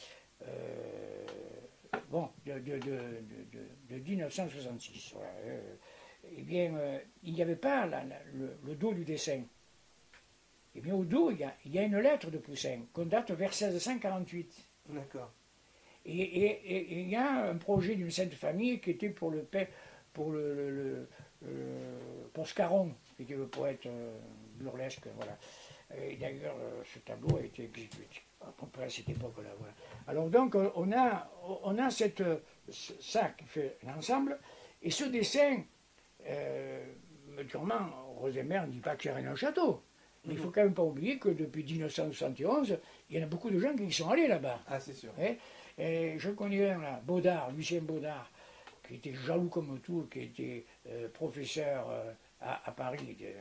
euh, bon, de, de, de, de, de dix-neuf cent soixante-six, voilà, euh, eh bien, euh, il n'y avait pas la, la, le, le dos du dessin. Eh bien, au dos, il y a, il y a une lettre de Poussin qu'on date vers seize cent quarante-huit.
D'accord.
Et, et, et, et il y a un projet d'une sainte famille qui était pour le pour le, le, le, le pour Scarron, qui était le poète euh, burlesque, voilà. Et d'ailleurs, euh, ce tableau a été exécuté, à peu près à cette époque-là. Voilà. Alors donc, on a, on a cette, ça qui fait l'ensemble, et ce dessin, euh, naturellement, Rosenberg ne dit pas que c'est rien un château, mais il ne faut quand même pas oublier que depuis mille neuf cent soixante et onze, il y en a beaucoup de gens qui y sont allés là-bas.
Ah, c'est sûr.
Et, et je connais un là, Baudard, Lucien Baudard, qui était jaloux comme tout, qui était euh, professeur euh, à, à Paris de, de,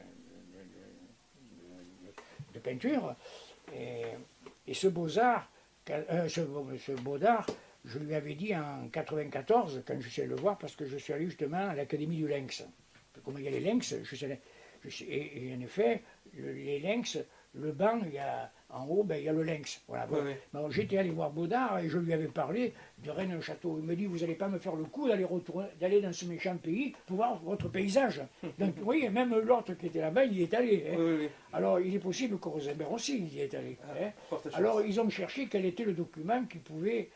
de, de peinture, et, et ce Beaux-Arts, euh, ce, ce Baudard, je lui avais dit en quatre-vingt-quatorze, quand je suis allé le voir, parce que je suis allé justement à l'Académie du Lynx. Comme il y a les lynx, je suis allé, je suis, et, et en effet, le, les lynx, le banc, il y a, en haut, ben, il y a le lynx. Voilà.
Oui, oui.
Bon, j'étais allé voir Baudard et je lui avais parlé de Rennes-le-Château. Il me dit, vous n'allez pas me faire le coup d'aller retourner, d'aller dans ce méchant pays pour voir votre paysage. Donc, vous voyez, même l'autre qui était là-bas, il y est allé. Hein.
Oui, oui.
Alors, il est possible que Rosenberg aussi il y est allé.
Ah,
hein.
forte chance.
Alors, ils ont cherché quel était le document qui pouvait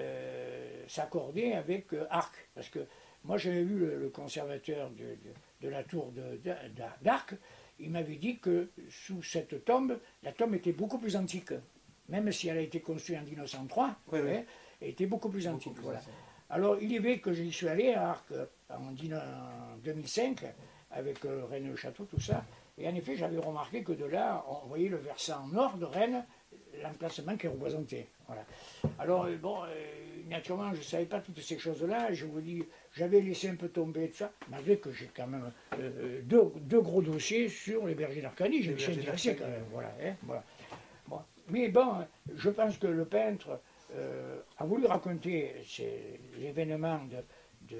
euh, s'accorder avec euh, Arc. Parce que moi, j'avais vu le, le conservateur de, de, de la tour de- de- d'Arc. Il m'avait dit que sous cette tombe, la tombe était beaucoup plus antique. Même si elle a été construite en mille neuf cent trois,
Oui, oui.
hein, elle était beaucoup plus
Beaucoup
antique.
plus
voilà.
ancien.
Alors, il est vrai que j'y suis allé à Arc en deux mille cinq, avec euh, Rennes-le-Château, tout ça. Et en effet, j'avais remarqué que de là, on voyait le versant nord de Rennes, l'emplacement qui est représenté. Voilà. Alors, euh, bon, euh, naturellement, je ne savais pas toutes ces choses-là. Je vous dis, j'avais laissé un peu tomber tout ça, malgré que j'ai quand même euh, deux, deux gros dossiers sur les bergers d'Arcadie. Je
Les
me suis
bergers
intéressé quand
d'Arcadie.
même. Voilà, hein, voilà. Bon. Mais bon, je pense que le peintre euh, a voulu raconter ces événements de, de,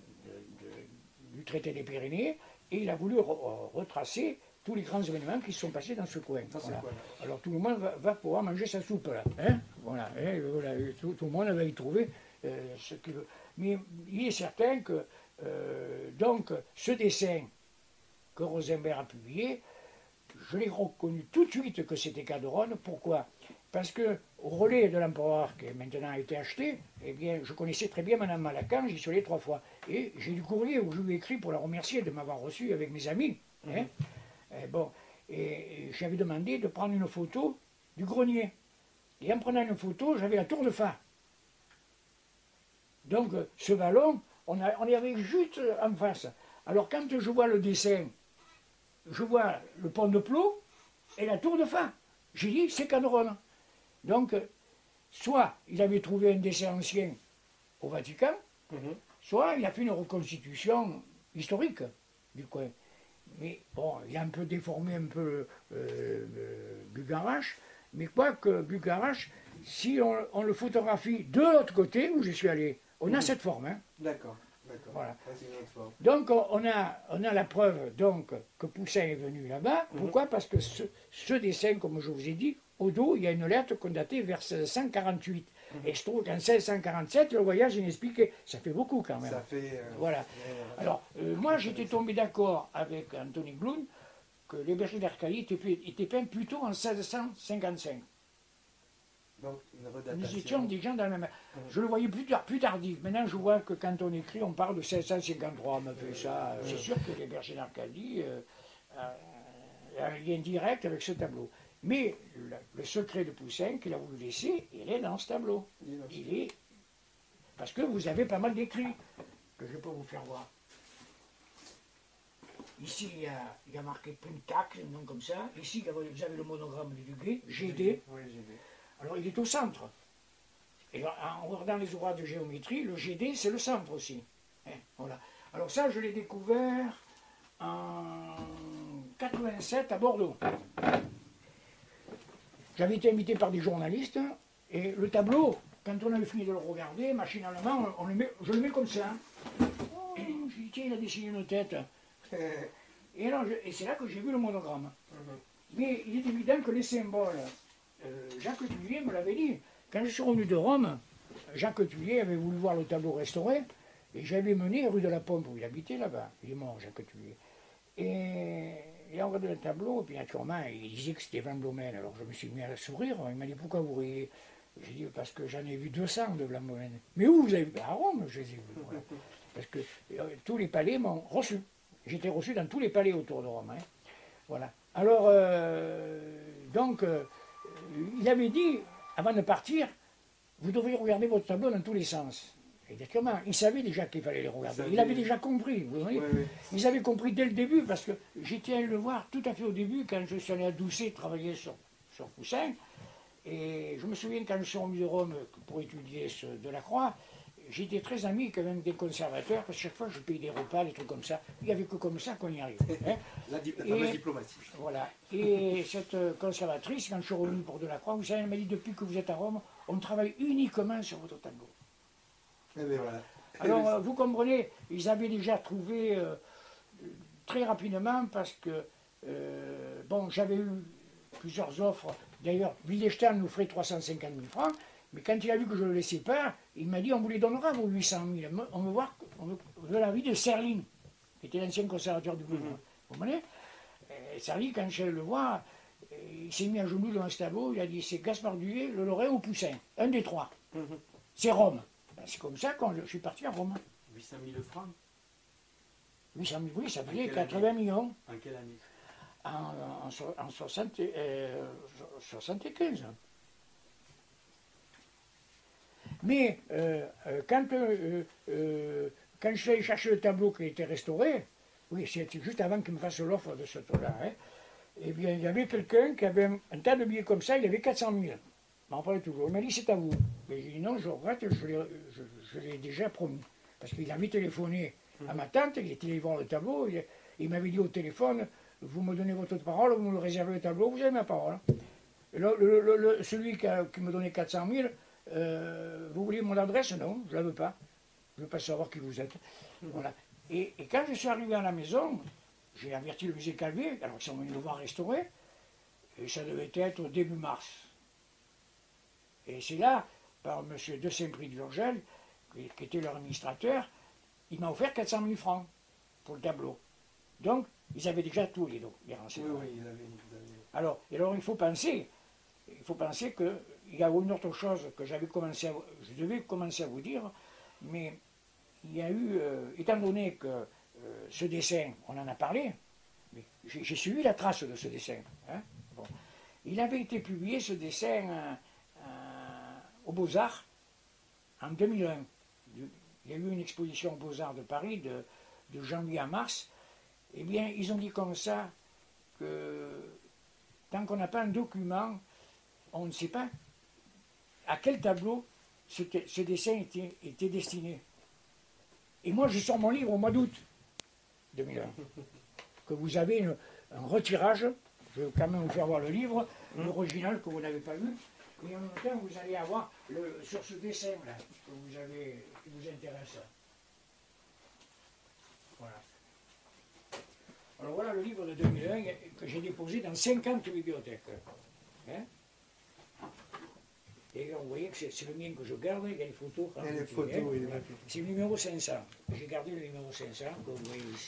de, de, du traité des Pyrénées et il a voulu re- retracer tous les grands événements qui se sont passés dans ce coin.
Dans ce
Voilà.
coin-là.
Alors tout le monde va, va pouvoir manger sa soupe là. Hein, voilà, hein, voilà, et tout, tout le monde va y trouver euh, ce qu'il veut. Mais il est certain que euh, donc ce dessin que Rosenberg a publié, je l'ai reconnu tout de suite que c'était Calderon. Pourquoi? Parce que au relais de l'empereur qui maintenant a été acheté, eh bien, je connaissais très bien Madame Malacan, j'y suis allé trois fois. Et j'ai du courrier où je lui ai écrit pour la remercier de m'avoir reçu avec mes amis. Hein. Eh, bon, et j'avais demandé de prendre une photo du grenier. Et en prenant une photo, j'avais la tour de Fa. Donc, ce vallon, on, a, on y avait juste en face. Alors, quand je vois le dessin, je vois le pont de Plot et la tour de Fa. J'ai dit, c'est Calderon. Donc, soit il avait trouvé un dessin ancien au Vatican,
Mhm.
soit il a fait une reconstitution historique du coin. Mais bon, il a un peu déformé un peu euh, euh, Bugarache, mais quoique Bugarache, si on, on le photographie de l'autre côté où je suis allé, on a
Mhm.
cette forme. Hein.
D'accord, d'accord.
Voilà.
Ouais, c'est une autre forme.
Donc on on a, on a la preuve donc, que Poussin est venu là-bas.
Mhm.
Pourquoi? Parce que ce, ce dessin, comme je vous ai dit, au dos, il y a une lettre qu'on datait vers seize cent quarante-huit.
Mhm.
Et je trouve qu'en seize cent quarante-sept, le voyage inexpliqué, ça fait beaucoup quand même.
Ça fait. euh,
Voilà.
ouais, voilà.
Alors, euh, moi, j'étais tombé d'accord avec Anthony Gloun que les bergers d'Arcadie étaient, pu- étaient peints plutôt en seize cent cinquante-cinq.
Donc, une
Nous
redatation.
étions déjà dans le même... Je le voyais plus tard, plus tardif. Maintenant, je vois que quand on écrit, on parle de seize cent cinquante-trois. On me fait ça. C'est sûr que les bergers d'Arcadie euh, euh, a un lien direct avec ce tableau. Mais le, le secret de Poussin qu'il a voulu laisser, il est dans ce tableau.
Il est dans ce-
Il est... Parce que vous avez pas mal d'écrits que je peux vous faire voir. Ici, il y a, il y a marqué Puntac, un nom comme ça. Ici, il y avait- vous avez le monogramme du Duguay, G D.
Oui, G D.
Alors, il est au centre. Et en en regardant les ouvrages de géométrie, le G D, c'est le centre aussi. Hein, voilà. Alors ça, je l'ai découvert en quatre-vingt-sept à Bordeaux. J'avais été invité par des journalistes, et le tableau, quand on avait fini de le regarder, machinalement, on le met, je le mets comme ça. Oh, je dis, tiens, il a dessiné une tête. Et, alors, je- et c'est là que j'ai vu le monogramme. Mais il est évident que les symboles, euh, Jacques Tullier me l'avait dit. Quand je suis revenu de Rome, Jacques Tullier avait voulu voir le tableau restauré, et j'avais mené rue de la Pompe, où il habitait là-bas. Il est mort, Jacques Tullier. Et il a regardé le tableau, et puis naturellement, il disait que c'était Van Blomen. Alors je me suis mis à sourire, il m'a dit, pourquoi vous riez? J'ai dit, parce que j'en ai vu deux cents de Van Blomen. Mais où vous avez vu? À Rome, je les ai vus. Voilà. Parce que euh, tous les palais m'ont reçu. J'étais reçu dans tous les palais autour de Rome. Hein. Voilà. Alors, euh, donc, euh, il avait dit, avant de partir, vous devriez regarder votre tableau dans tous les sens. Et comment? Il savait déjà qu'il fallait les regarder. Il avait déjà compris. Vous voyez,
Oui, oui.
ils avaient compris dès le début, parce que j'étais allé le voir tout à fait au début, quand je suis allé à Doucet travailler sur, sur Poussin. Et je me souviens, quand je suis revenu de Rome pour étudier ce Delacroix, j'étais très ami quand même des conservateurs, parce que chaque fois je payais des repas, des trucs comme ça. Il n'y avait que comme ça qu'on y arrive. Hein.
La, di la
Et-
fameuse diplomatie.
Voilà. Et cette euh, conservatrice, quand je suis revenu pour Delacroix, vous savez, elle m'a dit, depuis que vous êtes à Rome, on travaille uniquement sur votre tableau.
Eh bien, voilà.
Alors, euh, vous comprenez, ils avaient déjà trouvé euh, très rapidement, parce que, euh, bon, j'avais eu plusieurs offres. D'ailleurs, Wittgenstein nous ferait trois cent cinquante mille francs, mais quand il a vu que je ne le laissais pas, il m'a dit, on vous les donnera, vos huit cent mille. On veut voir, on veut, on veut l'avis de Serling, qui était l'ancien conservateur du gouvernement. Vous comprenez? Et Serling, quand je le vois, il s'est mis à genoux devant ce tableau, il a dit, c'est Gaspard Duhet, Le Lorrain ou Poussin, un des trois.
Mhm.
C'est Rome. Ben, c'est comme ça que je suis parti à Rome.
huit cent mille francs.
huit cent mille, oui, ça
En
faisait
quelle
quatre-vingts millions
En quelle année?
en, en, so- en soixante, euh, soixante-quinze. Mais euh, euh, quand, euh, euh, quand je suis allé chercher le tableau qui a été restauré, oui, c'était juste avant qu'il me fasse l'offre de ce taux-là, hein, eh bien, il y avait quelqu'un qui avait un, un tas de billets comme ça, il avait quatre cent mille. Il m'en parlait toujours. Il m'a dit, c'est à vous. Mais j'ai dit, non, je regrette, je l'ai je, je l'ai déjà promis. Parce qu'il avait téléphoné à ma tante, il était allé voir le tableau, il, il m'avait dit au téléphone, vous me donnez votre parole, vous me réservez le tableau, vous avez ma parole. Et le, le- le- le- celui qui, a- qui me donnait quatre cent mille, euh, vous voulez mon adresse? Non, je ne la veux pas. Je ne veux pas savoir qui vous êtes. Voilà. Et, et quand je suis arrivé à la maison, j'ai averti le musée Calvé, alors qu'ils sont venus le voir restaurer, et ça devait être au début mars. Et c'est là, par M. de Saint-Prix de Virgel, qui, qui était leur administrateur, il m'a offert quatre cent mille francs pour le tableau. Donc, ils avaient déjà tout, les, dos- les
Oui,
renseignements.
oui, il avait, il avait-
Alors, et alors, il faut penser, il faut penser qu'il y a une autre chose que j'avais commencé à, vous- je devais commencer à vous dire, mais il y a eu, euh, étant donné que euh, ce dessin, on en a parlé, mais j'ai j'ai suivi la trace de ce dessin. Hein, bon. Il avait été publié, ce dessin, euh, euh, aux Beaux-Arts en deux mille un. Il y a eu une exposition aux Beaux-Arts de Paris de, de janvier à mars. Eh bien, ils ont dit comme ça que tant qu'on n'a pas un document, on ne sait pas à quel tableau ce, te- ce dessin était, était destiné. Et moi, je sors mon livre au mois d'août deux mille un, que vous avez une- un retirage. Je vais quand même vous faire voir le livre, l'original que vous n'avez pas vu. Et en même temps, vous allez avoir le, sur ce dessin-là que vous avez, qui vous intéresse. Voilà. Alors voilà le livre de deux mille un que j'ai déposé dans cinquante bibliothèques. Hein? Et vous voyez que c'est c'est le mien que je garde, il y a les photos.
Et les photos, oui, les photos.
C'est le numéro cinq cents. J'ai gardé le numéro cinq cents que vous voyez ici.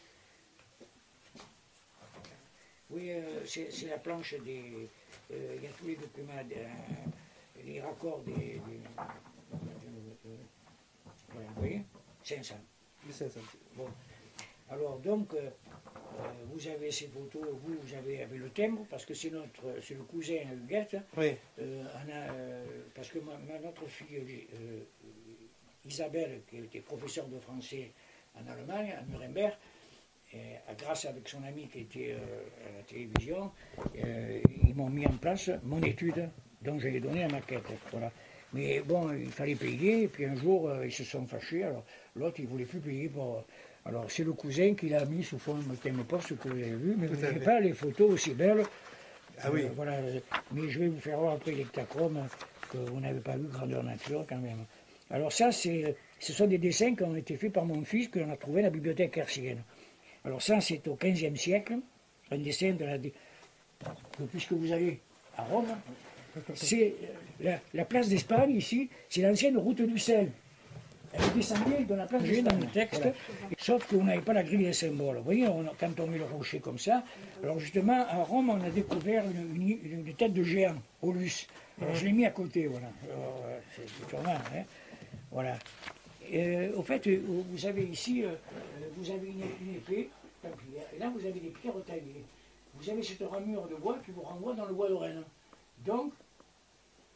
Oui, euh, c'est c'est la planche des... euh, il y a tous les documents, euh, les raccords des... des- euh, voilà, vous voyez, cinq cents.
les cinq cents.
Bon. Alors donc, euh, euh, vous avez ces photos, vous, vous avez avec le timbre, parce que c'est notre, c'est le cousin à Huguette.
Oui,
Euh, on a, euh, parce que ma, ma- notre fille euh, Isabelle, qui était professeure de français en Allemagne, à Nuremberg, et, euh, grâce avec son ami qui était euh, à la télévision, euh, ils m'ont mis en place mon étude, dont je l'ai donné la maquette. Voilà. Mais bon, il fallait payer, et puis un jour, euh, ils se sont fâchés, alors l'autre, il ne voulait plus payer pour... Alors c'est le cousin qui l'a mis sous forme de thème poste que vous avez vu, mais vous
à
n'avez
fait.
pas les photos aussi belles.
Ah oui.
Euh, voilà. Mais je vais vous faire voir après l'hectachrome que vous n'avez pas vu grandeur nature quand même. Alors ça, c'est, ce sont des dessins qui ont été faits par mon fils, que l'on a trouvé à la bibliothèque hertzienne. Alors ça, c'est au quinzième siècle, un dessin de la... dé- Puisque vous allez à Rome, c'est la, la place d'Espagne ici, c'est l'ancienne route du sel. Elle est descendue de la place d'Espagne. Dans le texte, sauf que vous n'avez pas la grille des symboles. Vous voyez, on- quand on met le rocher comme ça, alors justement, à Rome, on a découvert une, une- une tête de géant, Aulus. Alors je l'ai mis à côté, voilà. Alors, euh, c'est c'est sûrement, hein. Voilà. Euh, au fait, euh, vous avez ici, euh, vous avez une, une épée, et là vous avez des pierres taillées. Vous avez cette ramure de bois qui vous renvoie dans le bois de Rennes. Donc,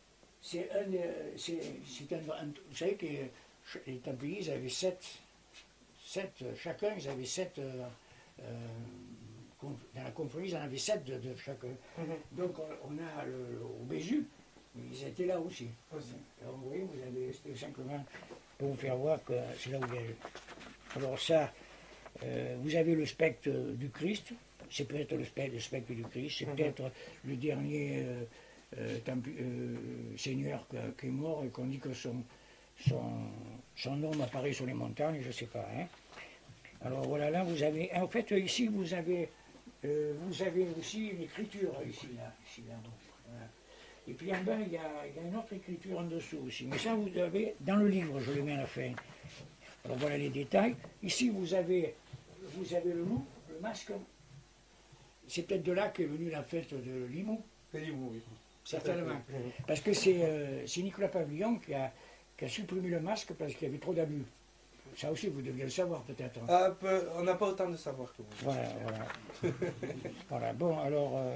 c'est un, euh, c'est, c'est un, un- vous savez que les Templiers, ils avaient sept, sept euh, chacun, ils avaient sept, euh, euh, conf- dans la confrérie, ils en avaient sept de, de chacun.
Mhm.
Donc on, on a le, le- au Bézu, ils étaient là aussi.
Aussi.
Alors vous voyez, vous avez, c'était simplement pour vous faire voir que c'est là où il y a. Alors ça, euh, vous avez le spectre du Christ, c'est peut-être le spectre, le spectre du Christ, c'est
Mhm.
peut-être le dernier euh, euh, tempi- euh, seigneur que- qui est mort et qu'on dit que son, son, son nom apparaît sur les montagnes, je ne sais pas. Hein. Alors voilà, là vous avez, en fait ici vous avez, euh, vous avez aussi une écriture ici, là, ici, là. Voilà. Et puis en bas, il y, a, il y a une autre écriture en dessous aussi. Mais ça, vous avez dans le livre, je le mets à la fin. Alors voilà les détails. Ici, vous avez, vous avez le loup, le masque. C'est peut-être de là qu'est venue la fête de Limoux,
Limoux, oui.
certainement.
Mhm.
Parce que c'est euh, c'est Nicolas Pavillon qui a, qui a supprimé le masque parce qu'il y avait trop d'abus. Ça aussi, vous deviez le savoir peut-être.
Ah, peu- on n'a pas autant de savoir que vous.
Voilà, voilà. Voilà, bon, alors. euh,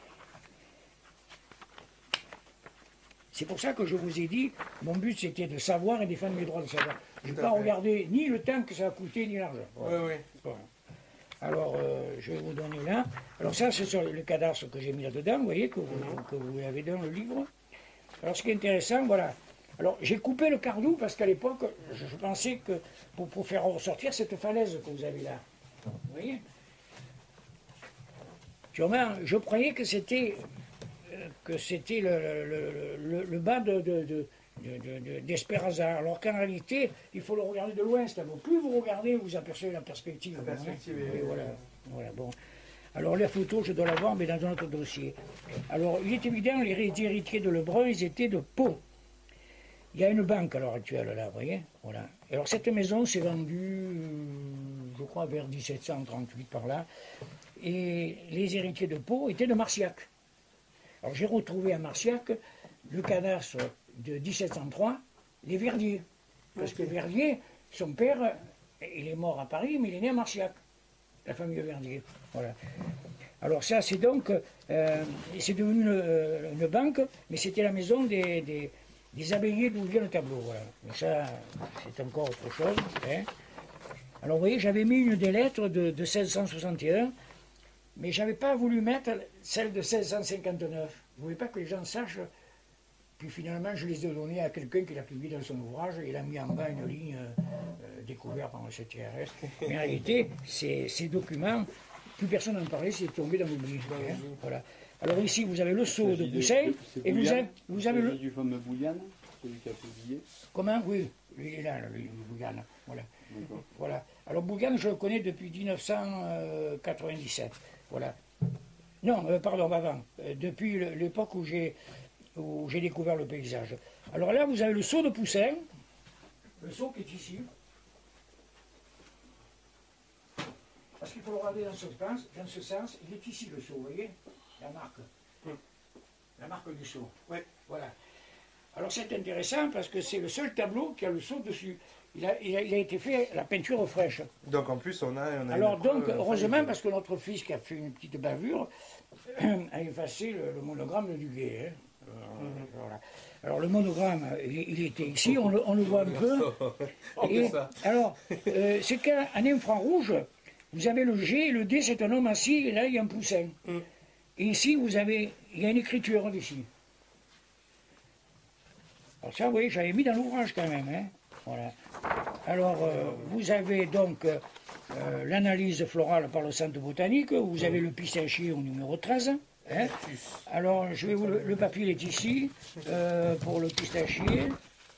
c'est pour ça que je vous ai dit, mon but c'était de savoir et défendre mes droits de savoir. Je n'ai
Tout à
pas
fait.
regardé ni le temps que ça a coûté, ni l'argent.
Oui,
Voilà.
oui.
Voilà. Alors, euh, je vais vous donner là. Alors, ça, ce sont les cadastres que j'ai mis là-dedans, vous voyez, que vous, que vous avez dans le livre. Alors, ce qui est intéressant, voilà. Alors, j'ai coupé le cardou parce qu'à l'époque, je, je pensais que pour, pour faire ressortir cette falaise que vous avez là. Vous voyez? Sûrement, je croyais que c'était euh, que c'était le, le- le- le- le bas de, de, de, de- de- de- d'Espéraza. Alors qu'en réalité, il faut le regarder de loin, c'est à vous. Plus vous regardez, vous apercevez la perspective.
La perspective
hein.
est-
Et voilà. Voilà, bon. Alors la photo, je dois l'avoir, mais dans un autre dossier. Alors, il est évident, les hé- héritiers de Lebrun, ils étaient de Pau. Il y a une banque à l'heure actuelle, là, vous voyez. Voilà. Alors cette maison s'est vendue, euh, je crois, vers dix-sept cent trente-huit par là. Et les héritiers de Pau étaient de Marciac. Alors j'ai retrouvé à Marciac le cadastre de dix-sept cent trois, les Verdier. Parce que Verdier, son père, il est mort à Paris, mais il est né à Marciac, la famille Verdier. Voilà. Alors ça, c'est donc, euh, c'est devenu une, une banque, mais c'était la maison des, des, des abeilliers d'où vient le tableau. Voilà. Mais ça, c'est encore autre chose. Hein. Alors vous voyez, j'avais mis une des lettres de, de seize cent soixante et un, mais je n'avais pas voulu mettre celle de seize cent cinquante-neuf. Je ne voulais pas que les gens sachent. Puis finalement, je les ai donnés à quelqu'un qui l'a publié dans son ouvrage. Il a mis en bas une ligne euh, euh, découverte par le C T R S. Mais en réalité, ces, ces documents, plus personne n'en parlait, c'est tombé dans l'oubli. Hein, voilà. Alors ici, vous avez le sceau de Poussin, et vous avez, vous avez le...
du fameux Bouillane, celui qui a publié.
Comment? Oui, lui, il est là, lui, Bougane. Voilà.
D'accord.
Voilà. Alors Bougane, je le connais depuis mille neuf cent quatre-vingt-dix-sept. Voilà. Non, euh, pardon, avant. Euh, depuis le- l'époque où j'ai où j'ai découvert le paysage. Alors là, vous avez le sceau de Poussin. Le sceau qui est ici. Parce qu'il faut le regarder dans ce sens, dans ce sens. Il est ici le sceau, vous voyez? La marque. La marque du sceau.
Oui.
Voilà. Alors c'est intéressant parce que c'est le seul tableau qui a le sceau dessus. Il a, il a- il a été fait la peinture fraîche.
Donc en plus, on a. On a
Alors
une
donc,
preuve
heureusement,
infaillible.
parce que notre fils qui a fait une petite bavure a effacé le, le monogramme de Duguay. Hein. Euh, voilà. Alors le monogramme, il, il était ici, on le, on le voit un peu.
On
Et
fait ça.
alors, euh, c'est qu'en infrarouge, vous avez le G et le D, c'est un homme assis, et là il y a un poussin.
Mm.
Et ici, vous avez, il y a une écriture d'ici. Alors ça, vous voyez, j'avais mis dans l'ouvrage quand même. Hein. Voilà. Alors, euh, vous avez donc euh, euh, l'analyse florale par le centre botanique, vous avez le pissenchier au numéro treize. Hein. Alors, je vais vous, le, le papier il est ici, euh, pour le pistachier.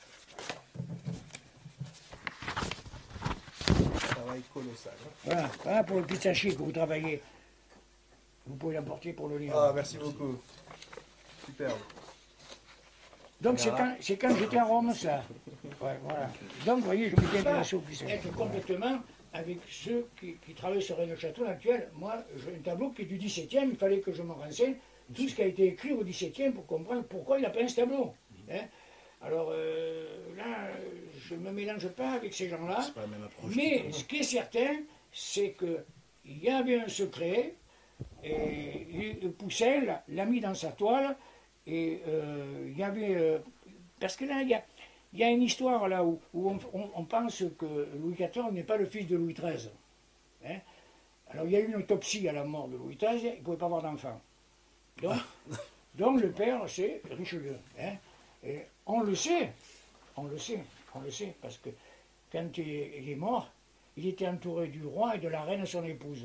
Travail colossal. hein.
Voilà, voilà pour le pistachier que vous travaillez. Vous pouvez l'emporter pour le livre.
Ah, merci beaucoup. Superbe.
Donc c'est quand, c'est quand j'étais à Rome, ça. Ouais, voilà. Donc, vous voyez, je m'étais intéressé au pistachier. Être complètement avec ceux qui, qui travaillent sur le château actuel. Moi, j'ai un tableau qui est du dix-septième, il fallait que je me renseigne tout ce qui a été écrit au dix-septième pour comprendre pourquoi il a peint ce tableau. Hein. Alors euh, là, je ne me mélange pas avec ces gens-là.
C'est pas la même approche.
Mais ce qui est certain, c'est qu'il y avait un secret, et le Poussin l'a- l'a mis dans sa toile, Et euh, il y avait... euh, parce que là, il y a, il y a une histoire là où, où on, on- on pense que Louis quatorze n'est pas le fils de Louis treize. Hein. Alors il y a eu une autopsie à la mort de Louis treize, il ne pouvait pas avoir d'enfant. Donc, donc le père, c'est Richelieu. Hein. Et on le sait, on le sait, on le sait, parce que quand il est, il est mort, il était entouré du roi et de la reine son épouse.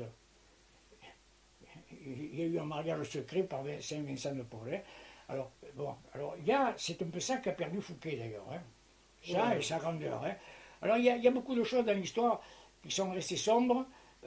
Il y a eu un mariage secret par Saint-Vincent de Paul. Hein. Alors, bon, alors il y a, c'est un peu ça qu'a perdu Fouquet d'ailleurs. Hein. Ça
Ouais.
et sa grandeur. Hein. Alors il y, a, il y a beaucoup de choses dans l'histoire qui sont restées sombres.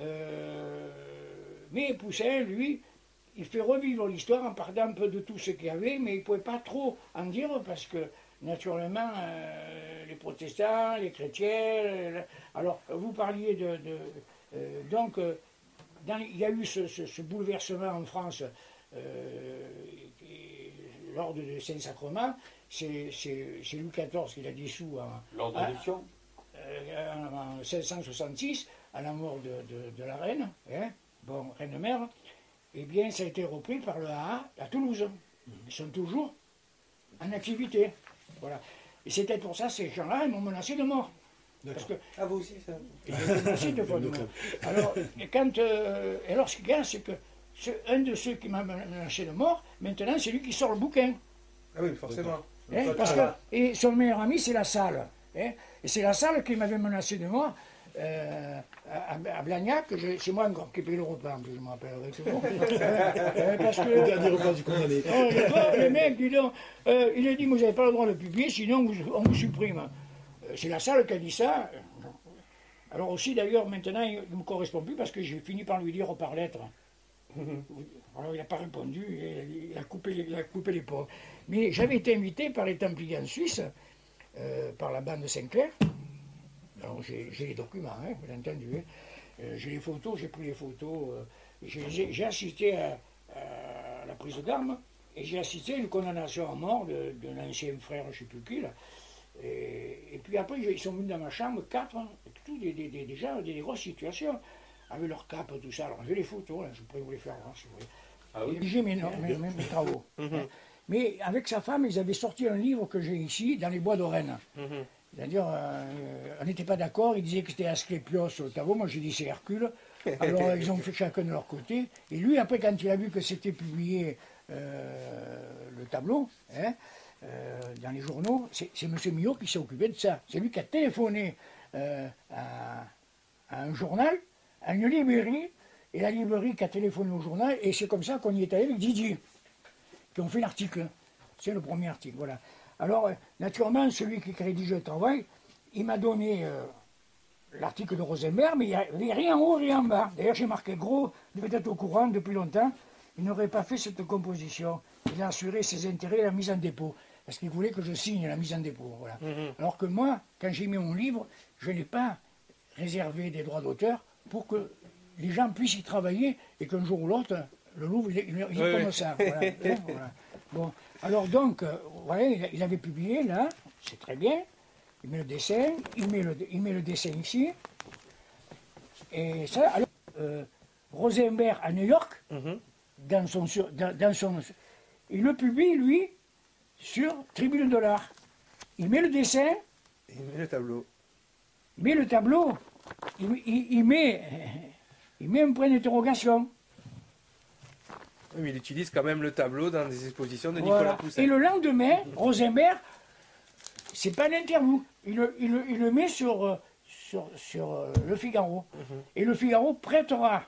euh, mais Poussin, lui, il fait revivre l'histoire en parlant un peu de tout ce qu'il y avait, mais il ne pouvait pas trop en dire parce que, naturellement, euh, les protestants, les chrétiens. euh, alors, vous parliez de. de euh, donc, euh, dans- il y a eu ce, ce- ce bouleversement en France euh, qui- lors de Saint-Sacrement. C'est c'est- c'est Louis quatorze qui l'a dissous en,
L'ordre
Ah.
des Sions.
euh, en, en mille sept cent soixante-six, à la mort de, de- de la reine, hein, bon, reine-mère. Eh bien, ça a été repris par le A A à Toulouse. Ils sont toujours en activité. Voilà. Et c'était pour ça, ces gens-là, ils m'ont menacé de mort. Parce que
Ah, vous aussi, ça
ils m'ont menacé de fois de mort. Alors, et quand, euh, et alors, ce qu'il y a, c'est que ce- un de ceux qui m'a menacé de mort, maintenant, c'est lui qui sort le bouquin.
Ah oui, forcément.
Hein,
Toi,
parce
tu
que,
vas-
et son meilleur ami, c'est la salle. Hein, et c'est la salle qui m'avait menacé de moi. Euh, à, à Blagnac, je- c'est moi encore qui paye le repas, en plus, je me rappellerai toujours. Euh, parce que,
Le dernier repas du condamné.
oh, le, gars, le mec, dis donc, euh, il a dit, vous n'avez pas le droit de publier, sinon vous- on vous supprime. Euh, c'est la salle qui a dit ça. Alors aussi, d'ailleurs, maintenant, il ne me correspond plus parce que j'ai fini par lui dire par lettre. Alors il n'a pas répondu, et il a coupé les, il a coupé les ponts. Mais j'avais été invité par les Templiers en Suisse, euh, par la bande de Saint-Clair. Alors j'ai j'ai les documents, hein, bien entendu. Hein. Euh, j'ai les photos, j'ai pris les photos. euh, j'ai j'ai- j'ai assisté à, à la prise d'armes et j'ai assisté à une condamnation à mort de- d'un ancien frère, je ne sais plus qui. Là. Et, et puis après, ils sont venus dans ma chambre, quatre, hein, tous des, des, des, des gens, des, des grosses situations, avec leurs capes, tout ça. Alors j'ai les photos, là, je pourrais vous les faire voir si vous voulez.
Ah oui.
Et j'ai mes, no- mes, mes- mes travaux. hein. Mais avec sa femme, ils avaient sorti un livre que j'ai ici, dans les bois de Rennes.
Mhm.
C'est-à-dire, euh, on n'était pas d'accord, ils disaient que c'était Asclépios le tableau, moi j'ai dit c'est Hercule. Alors euh, ils ont fait chacun de leur côté. Et lui, après, quand il a vu que c'était publié euh, le tableau, hein, euh, dans les journaux, c'est c'est M. Millot qui s'est occupé de ça. C'est lui qui a téléphoné euh, à, à un journal, à une librairie, et la librairie qui a téléphoné au journal, et c'est comme ça qu'on y est allé avec Didier, qui ont fait l'article. C'est le premier article, voilà. Alors, euh, naturellement, celui qui rédige le travail, il m'a donné euh, l'article de Rosenberg, mais il n'y avait rien en haut, rien en bas. D'ailleurs, j'ai marqué gros, il devait être au courant depuis longtemps, il n'aurait pas fait cette composition. Il a assuré ses intérêts et la mise en dépôt, parce qu'il voulait que je signe la mise en dépôt. Voilà.
Mhm.
Alors que moi, quand j'ai mis mon livre, je n'ai pas réservé des droits d'auteur pour que les gens puissent y travailler et qu'un jour ou l'autre, le Louvre, il, il, il est
Oui,
comme
oui.
ça. Voilà. Hein, voilà. Bon, alors donc, euh, voilà, il, il avait publié là, c'est très bien. Il met le dessin, il met le, il met le dessin ici. Et ça, alors, euh, Rosenberg à New York,
Mhm.
dans son, sur- dans, dans son, il le publie, lui, sur Tribune de l'Art. Il met le dessin,
Et il met le tableau.
il met le tableau, il, il- il met, il met un point d'interrogation.
Oui, mais il utilise quand même le tableau dans des expositions de
Voilà.
Nicolas Poussin.
Et le lendemain, Rosenberg, c'est pas l'interview, il, le- il, le- il le met sur, euh, sur, sur euh, le Figaro.
Mhm.
Et le Figaro prêtera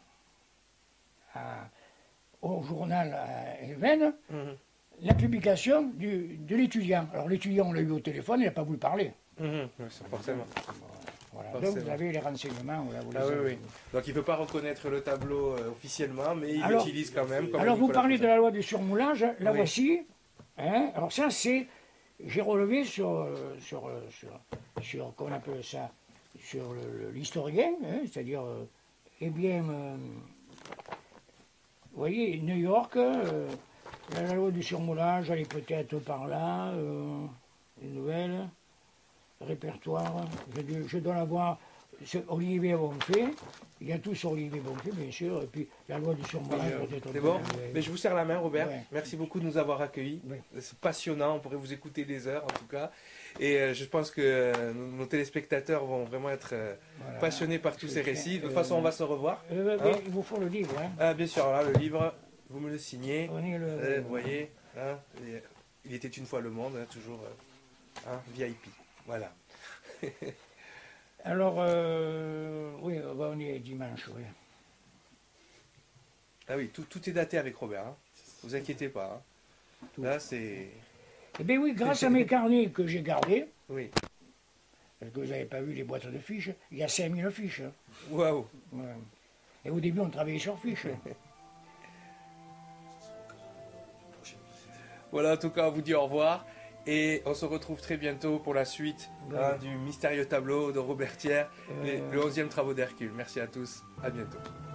à- au journal à Even
Mhm.
la publication du- de l'étudiant. Alors l'étudiant, on l'a eu au téléphone, il n'a pas voulu parler.
Mhm. Oui, c'est forcément.
Voilà.
Forcément.
Donc vous avez les renseignements. Voilà, vous les
Ah oui,
avez.
oui. Donc il ne peut pas reconnaître le tableau euh, officiellement, mais il
Alors-
l'utilise quand même. Comme
Alors vous
Nicolas
parlez de
Poussin.
la loi du surmoulage, la
Oui.
voici. Hein. Alors ça c'est, j'ai relevé sur, euh, sur, euh, sur, sur, comment on appelle ça, sur le- le- l'historien, hein, c'est-à-dire, euh, eh bien, euh, vous voyez, New York, euh, la, la loi du surmoulage, elle est peut-être par là, euh, les nouvelles, répertoire, je, dois- je dois l'avoir ce Olivier Bonfait, il y a tout sur Olivier Bonfait, bien sûr, et puis la loi du surmontage peut-être.
C'est bon? Mais je vous serre la main, Robert.
Ouais.
Merci beaucoup de nous avoir accueillis.
Ouais.
C'est passionnant, on pourrait vous écouter des heures en tout cas. Et euh, je pense que euh, nos téléspectateurs vont vraiment être euh,
Voilà.
passionnés par tous
Je
ces
tiens,
récits. De toute
euh,
façon, on va se revoir.
Euh,
Hein?
Il vous faut le livre, hein.
Ah, bien sûr, là, le livre, vous me le signez.
Prenez le.
Euh, vous voyez, hein, et, euh, il était une fois le monde, hein, toujours euh, hein, V I P. Voilà.
Alors, euh, oui, bah, on y est dimanche, oui.
Ah oui, tout, tout est daté avec Robert. Hein. Vous inquiétez pas. Hein.
Tout.
Là, c'est...
Eh bien oui, grâce à mes carnets que j'ai gardés,
Oui.
parce que vous n'avez pas vu les boîtes de fiches, il y a cinq mille fiches.
Waouh.
Ouais. Et au début, on travaillait sur fiches.
Voilà, en tout cas, on vous dit au revoir. Et on se retrouve très bientôt pour la suite
Ouais.
hein, du mystérieux tableau de Robert Thiers,
Euh,
les- le onzième travaux d'Hercule. Merci à tous. À bientôt.